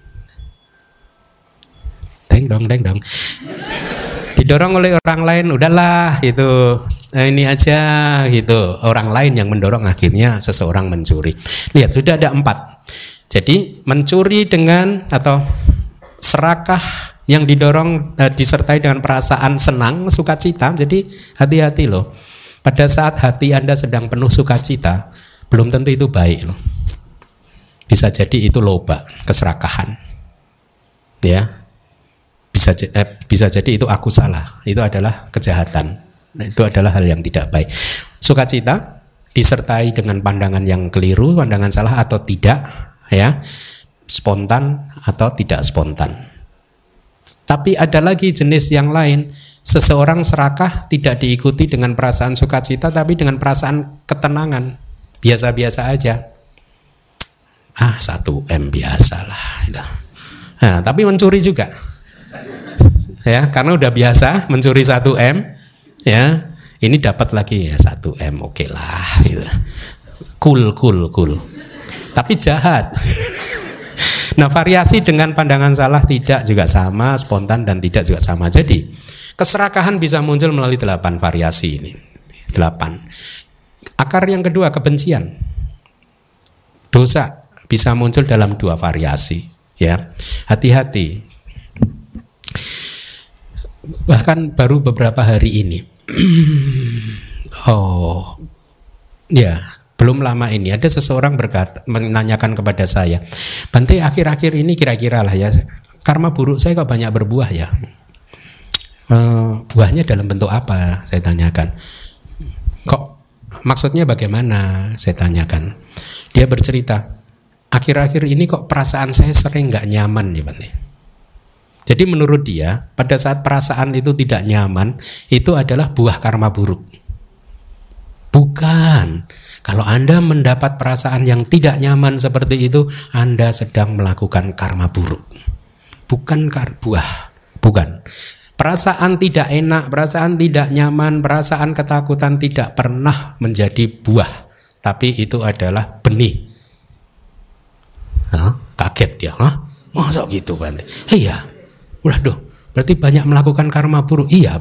Deng dong. Didorong oleh orang lain, udahlah gitu. Ini aja gitu. Orang lain yang mendorong akhirnya seseorang mencuri. Lihat sudah ada 4. Jadi mencuri dengan atau serakah yang didorong disertai dengan perasaan senang, sukacita. Jadi hati-hati loh. Pada saat hati Anda sedang penuh sukacita, belum tentu itu baik loh. Bisa jadi itu loba, keserakahan. Ya. Bisa jadi itu aku salah. Itu adalah kejahatan. Itu adalah hal yang tidak baik. Sukacita disertai dengan pandangan yang keliru, pandangan salah atau tidak, ya. Spontan atau tidak spontan. Tapi ada lagi jenis yang lain. Seseorang serakah tidak diikuti dengan perasaan sukacita, tapi dengan perasaan ketenangan. Biasa-biasa aja. 1 M biasalah. Nah, tapi mencuri juga. Ya, karena udah biasa mencuri 1 M, ya. Ini dapat lagi ya 1 M, oke lah gitu. Cool. Tapi jahat. Nah, variasi dengan pandangan salah tidak juga sama, spontan dan tidak juga sama. Jadi, keserakahan bisa muncul melalui 8 variasi ini. 8. Akar yang kedua, kebencian. Dosa bisa muncul dalam 2 variasi, ya. Hati-hati. Bahkan baru beberapa hari ini. Belum lama ini ada seseorang menanyakan kepada saya, Bante, akhir-akhir ini kira-kira lah ya, karma buruk saya kok banyak berbuah ya. Buahnya dalam bentuk apa? Saya tanyakan. Kok maksudnya bagaimana? Saya tanyakan. Dia bercerita, akhir-akhir ini kok perasaan saya sering nggak nyaman ya Bante. Jadi menurut dia, pada saat perasaan itu tidak nyaman, itu adalah buah karma buruk. Bukan. Kalau Anda mendapat perasaan yang tidak nyaman seperti itu, Anda sedang melakukan karma buruk. Bukan buah. Bukan. Perasaan tidak enak, perasaan tidak nyaman, perasaan ketakutan tidak pernah menjadi buah. Tapi itu adalah benih. Kaget dia. Masa gitu Bante? Iya. Waduh, berarti banyak melakukan karma buruk. Iya.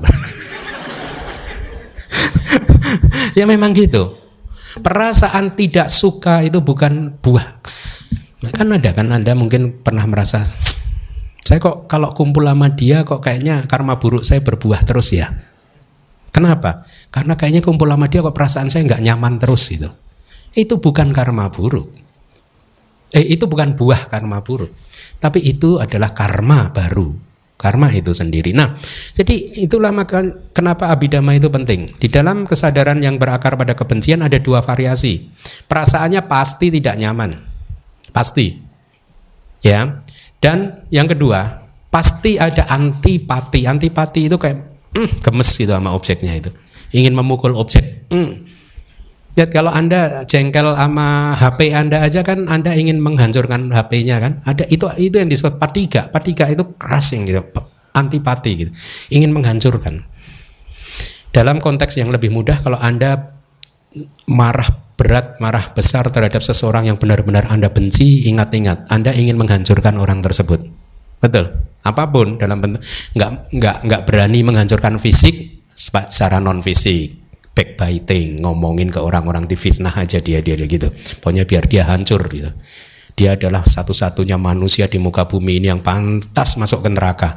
Ya memang gitu. Perasaan tidak suka itu bukan buah. Kan Anda mungkin pernah merasa, saya kok kalau kumpul sama dia kok kayaknya karma buruk saya berbuah terus ya. Kenapa? Karena kayaknya kumpul sama dia kok perasaan saya nggak nyaman terus gitu. Itu bukan karma buruk. Itu bukan buah karma buruk. Tapi itu adalah karma baru. Karma itu sendiri. Nah, jadi itulah maka kenapa abhidhamma itu penting. Di dalam kesadaran yang berakar pada kebencian ada 2 variasi. Perasaannya pasti tidak nyaman. Pasti. Ya. Dan yang kedua, pasti ada antipati. Antipati itu kayak gemes gitu sama objeknya itu. Ingin memukul objek. Lihat kalau Anda jengkel sama HP Anda aja kan Anda ingin menghancurkan HP-nya kan. Ada itu yang disebut patiga. Patiga itu crushing gitu, antipati gitu. Ingin menghancurkan. Dalam konteks yang lebih mudah, kalau Anda marah berat, marah besar terhadap seseorang yang benar-benar Anda benci, ingat-ingat Anda ingin menghancurkan orang tersebut. Betul. Apapun dalam bentuk enggak berani menghancurkan fisik secara non fisik. Backbiting, ngomongin ke orang-orang, difitnah aja dia gitu. Pokoknya biar dia hancur gitu. Dia adalah satu-satunya manusia di muka bumi ini yang pantas masuk ke neraka.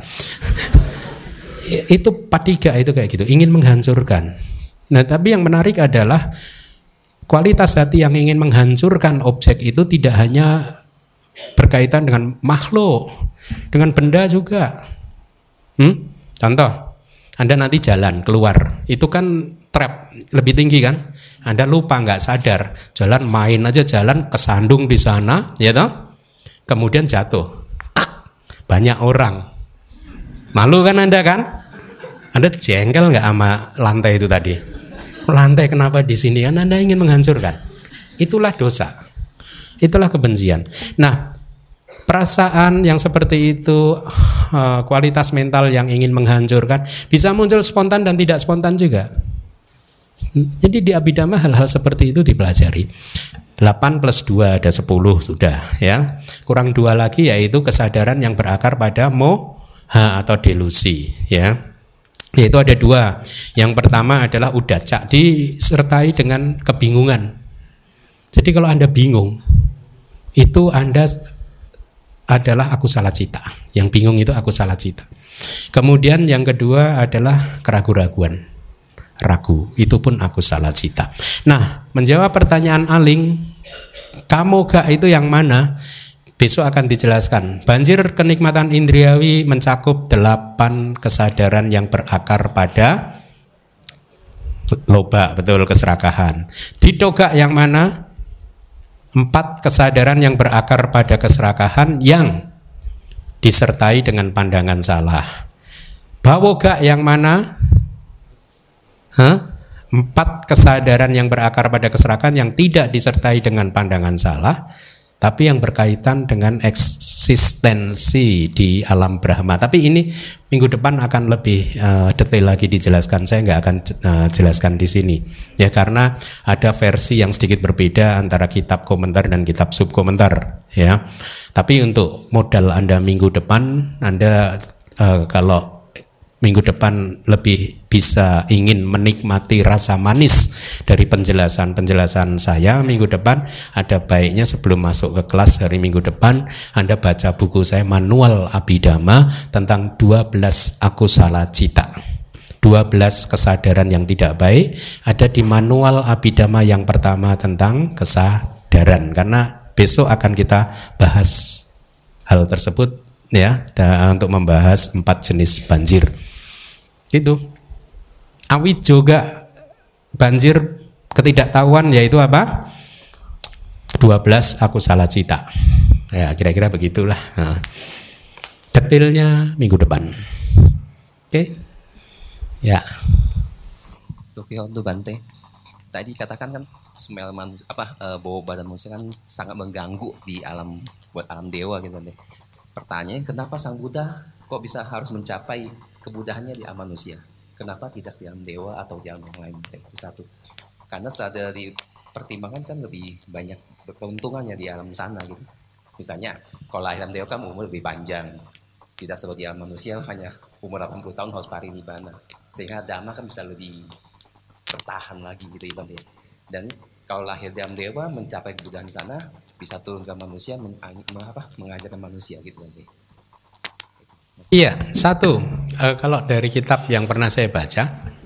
Itu patiga itu kayak gitu, ingin menghancurkan. Nah, tapi yang menarik adalah kualitas hati yang ingin menghancurkan objek itu tidak hanya berkaitan dengan makhluk, dengan benda juga. Contoh, Anda nanti jalan keluar, itu kan trap lebih tinggi kan. Anda lupa, nggak sadar, jalan main aja, jalan kesandung di sana, ya toh, kemudian jatuh, banyak orang, malu kan Anda kan? Anda jengkel nggak sama lantai itu tadi? Lantai kenapa di sini kan? Anda ingin menghancurkan. Itulah dosa, itulah kebencian. Nah, perasaan yang seperti itu, kualitas mental yang ingin menghancurkan bisa muncul spontan dan tidak spontan juga. Jadi di Abhidhamma hal-hal seperti itu dipelajari. 8 plus 2 ada 10 sudah ya. Kurang 2 lagi yaitu kesadaran yang berakar pada moha atau delusi ya. Yaitu ada 2. Yang pertama adalah udacca, disertai dengan kebingungan. Jadi kalau Anda bingung, itu Anda adalah akusala cita. Yang bingung itu akusala cita. Kemudian yang kedua adalah keraguan-raguan, ragu, itu pun akusala cita. Nah, menjawab pertanyaan Aling, kamoga itu yang mana? Besok akan dijelaskan. Banjir kenikmatan indriawi mencakup 8 kesadaran yang berakar pada loba, betul, keserakahan. Ditoga yang mana? 4 kesadaran yang berakar pada keserakahan yang disertai dengan pandangan salah. Bawoga yang mana? 4 kesadaran yang berakar pada keserakahan yang tidak disertai dengan pandangan salah, tapi yang berkaitan dengan eksistensi di alam Brahma. Tapi ini minggu depan akan lebih detail lagi dijelaskan. Saya nggak akan jelaskan di sini, ya, karena ada versi yang sedikit berbeda antara kitab komentar dan kitab subkomentar, ya. Tapi untuk modal Anda minggu depan, Anda kalau minggu depan lebih bisa ingin menikmati rasa manis dari penjelasan saya minggu depan, ada baiknya sebelum masuk ke kelas hari minggu depan Anda baca buku saya Manual Abhidhamma tentang 12 akusala cita, 12 kesadaran yang tidak baik. Ada di Manual Abhidhamma yang pertama tentang kesadaran, karena besok akan kita bahas hal tersebut, ya, untuk membahas 4 jenis banjir. Itu awit juga banjir ketidaktahuan, yaitu apa? 12 akusala cita. Ya, kira-kira begitulah. Nah, detailnya minggu depan. Oke? Ya. Sukyo untuk Bante. Tadi katakan kan smell manusia, bau badan manusia kan sangat mengganggu di alam, buat alam dewa gitu deh. Pertanyaannya, kenapa Sang Buddha kok bisa harus mencapai kebudahannya di alam manusia? Kenapa tidak di alam dewa atau di alam yang lain? Itu satu. Karena saat dari pertimbangan kan lebih banyak keuntungannya di alam sana gitu. Misalnya kalau lahir alam dewa kan umur lebih panjang. Tidak seperti alam manusia hanya umur 80 tahun harus parinibbana. Sehingga dhamma kan bisa lebih bertahan lagi gitu ya. Dan kalau lahir di alam dewa mencapai kebudahan di sana, bisa turun ke manusia mengajarkan manusia gitu nanti. Iya, satu, kalau dari kitab yang pernah saya baca,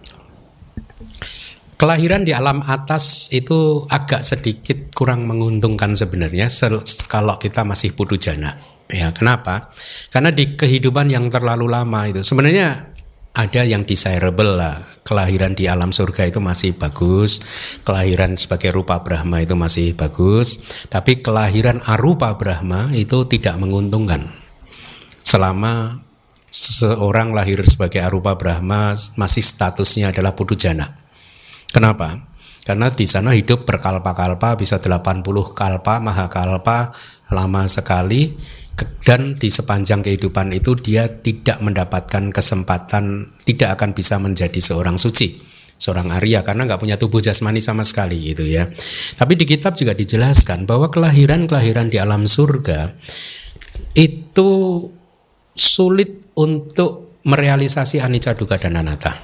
kelahiran di alam atas itu agak sedikit kurang menguntungkan sebenarnya kalau kita masih putu jana. Ya, kenapa? Karena di kehidupan yang terlalu lama itu sebenarnya ada yang desirable lah. Kelahiran di alam surga itu masih bagus, kelahiran sebagai rupa Brahma itu masih bagus, tapi kelahiran arupa Brahma itu tidak menguntungkan. Selama seseorang lahir sebagai arupa Brahma masih statusnya adalah putu jana. Kenapa? Karena di sana hidup berkalpa-kalpa, bisa 80 kalpa, mahakalpa, lama sekali. Dan di sepanjang kehidupan itu dia tidak mendapatkan kesempatan, tidak akan bisa menjadi seorang suci, seorang Arya, karena nggak punya tubuh jasmani sama sekali gitu ya. Tapi di kitab juga dijelaskan bahwa kelahiran di alam surga itu sulit untuk merealisasi anicca, dukkha dan anatta,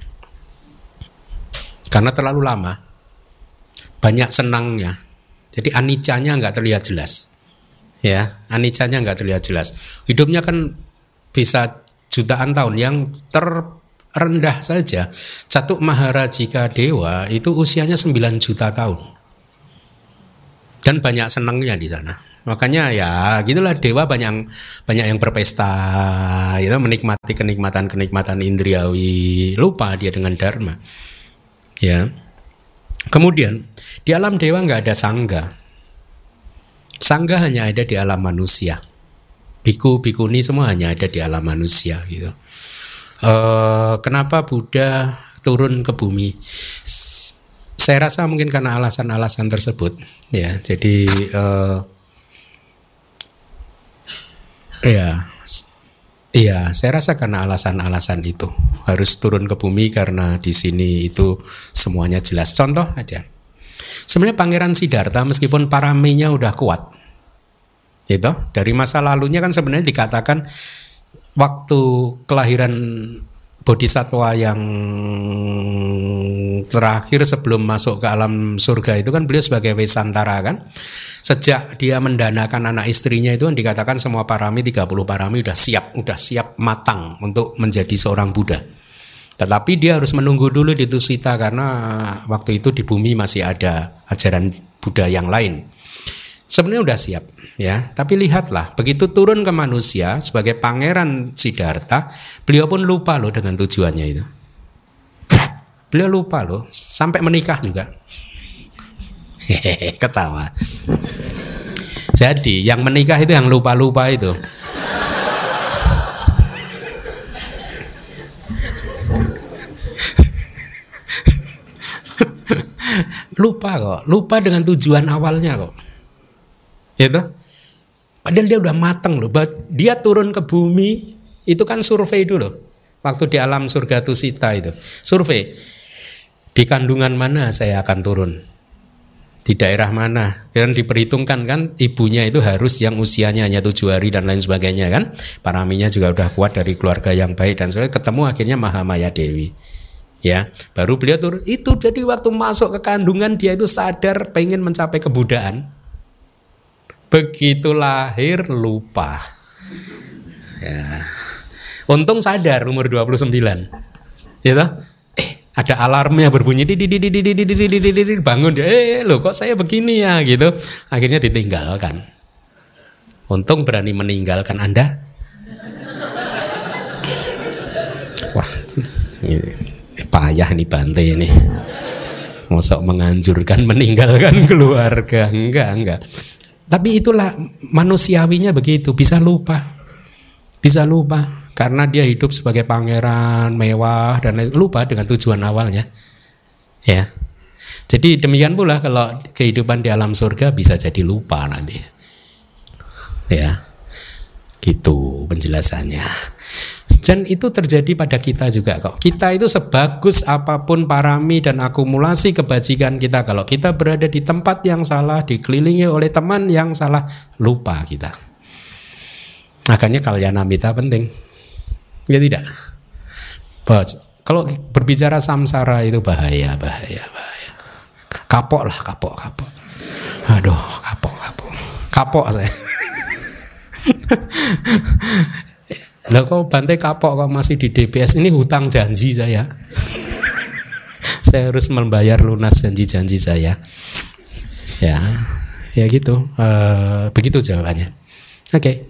karena terlalu lama, banyak senangnya, jadi aniccanya nggak terlihat jelas. Ya, anicanya nggak terlihat jelas. Hidupnya kan bisa jutaan tahun. Yang terendah saja Catuk Maharajika Dewa itu usianya 9 juta tahun. Dan banyak senangnya di sana. Makanya ya gitulah, dewa banyak yang berpesta, itu menikmati kenikmatan indriawi, lupa dia dengan dharma. Ya. Kemudian di alam dewa nggak ada sangga. Sangga hanya ada di alam manusia. Biku, bikuni semua hanya ada di alam manusia gitu. Kenapa Buddha turun ke bumi? Saya rasa mungkin karena alasan-alasan tersebut. Ya, jadi Iya, saya rasa karena alasan-alasan itu harus turun ke bumi karena di sini itu semuanya jelas. Contoh aja, sebenarnya Pangeran Siddhartha meskipun paraminya udah kuat, gitu, dari masa lalunya kan sebenarnya dikatakan waktu kelahiran Bodhisattva yang terakhir sebelum masuk ke alam surga itu kan beliau sebagai Vesantara kan. Sejak dia mendanakan anak istrinya itu kan dikatakan semua parami 30 parami udah siap matang untuk menjadi seorang Buddha. Tetapi dia harus menunggu dulu di Tusita karena waktu itu di bumi masih ada ajaran Buddha yang lain. Sebenarnya udah siap ya, tapi lihatlah begitu turun ke manusia sebagai Pangeran Siddhartha, beliau pun lupa loh dengan tujuannya itu. Beliau lupa loh, sampai menikah juga. Ketawa. Jadi yang menikah itu yang lupa-lupa itu. Lupa dengan tujuan awalnya kok. Gitu. Padahal dia udah mateng loh. Dia turun ke bumi itu kan survei dulu. Waktu di alam surga Tusita itu survei. Di kandungan mana saya akan turun? Di daerah mana? Dan diperhitungkan kan ibunya itu harus yang usianya hanya 7 hari dan lain sebagainya kan. Paraminya juga udah kuat dari keluarga yang baik dan sebagainya. Ketemu akhirnya Mahamaya Dewi. Ya, baru beliau turun. Itu jadi waktu masuk ke kandungan dia itu sadar pengen mencapai kebudaan. Begitu lahir lupa. Ya. Untung sadar umur 29. Gitu. Ada alarmnya berbunyi bangun dia, loh kok saya begini ya gitu. Akhirnya ditinggalkan. Untung berani meninggalkan Anda. Wah, ini payah nih Bante ini. Mosok menganjurkan meninggalkan keluarga. Enggak. Tapi itulah manusiawinya begitu, bisa lupa. Karena dia hidup sebagai pangeran mewah dan lupa dengan tujuan awalnya. Ya. Jadi demikian pula kalau kehidupan di alam surga bisa jadi lupa nanti. Ya. Gitu penjelasannya. Dan itu terjadi pada kita juga kok. Kita itu sebagus apapun parami dan akumulasi kebajikan kita, kalau kita berada di tempat yang salah, dikelilingi oleh teman yang salah, lupa kita. Makanya kalyanamita penting. Ya tidak. Kalau berbicara samsara itu bahaya. Kapok. Aduh, kapok saya. Lah kok Bante kapok kok masih di DPS, ini hutang janji saya. Saya harus membayar lunas janji-janji saya. Ya gitu. Begitu jawabannya. Oke.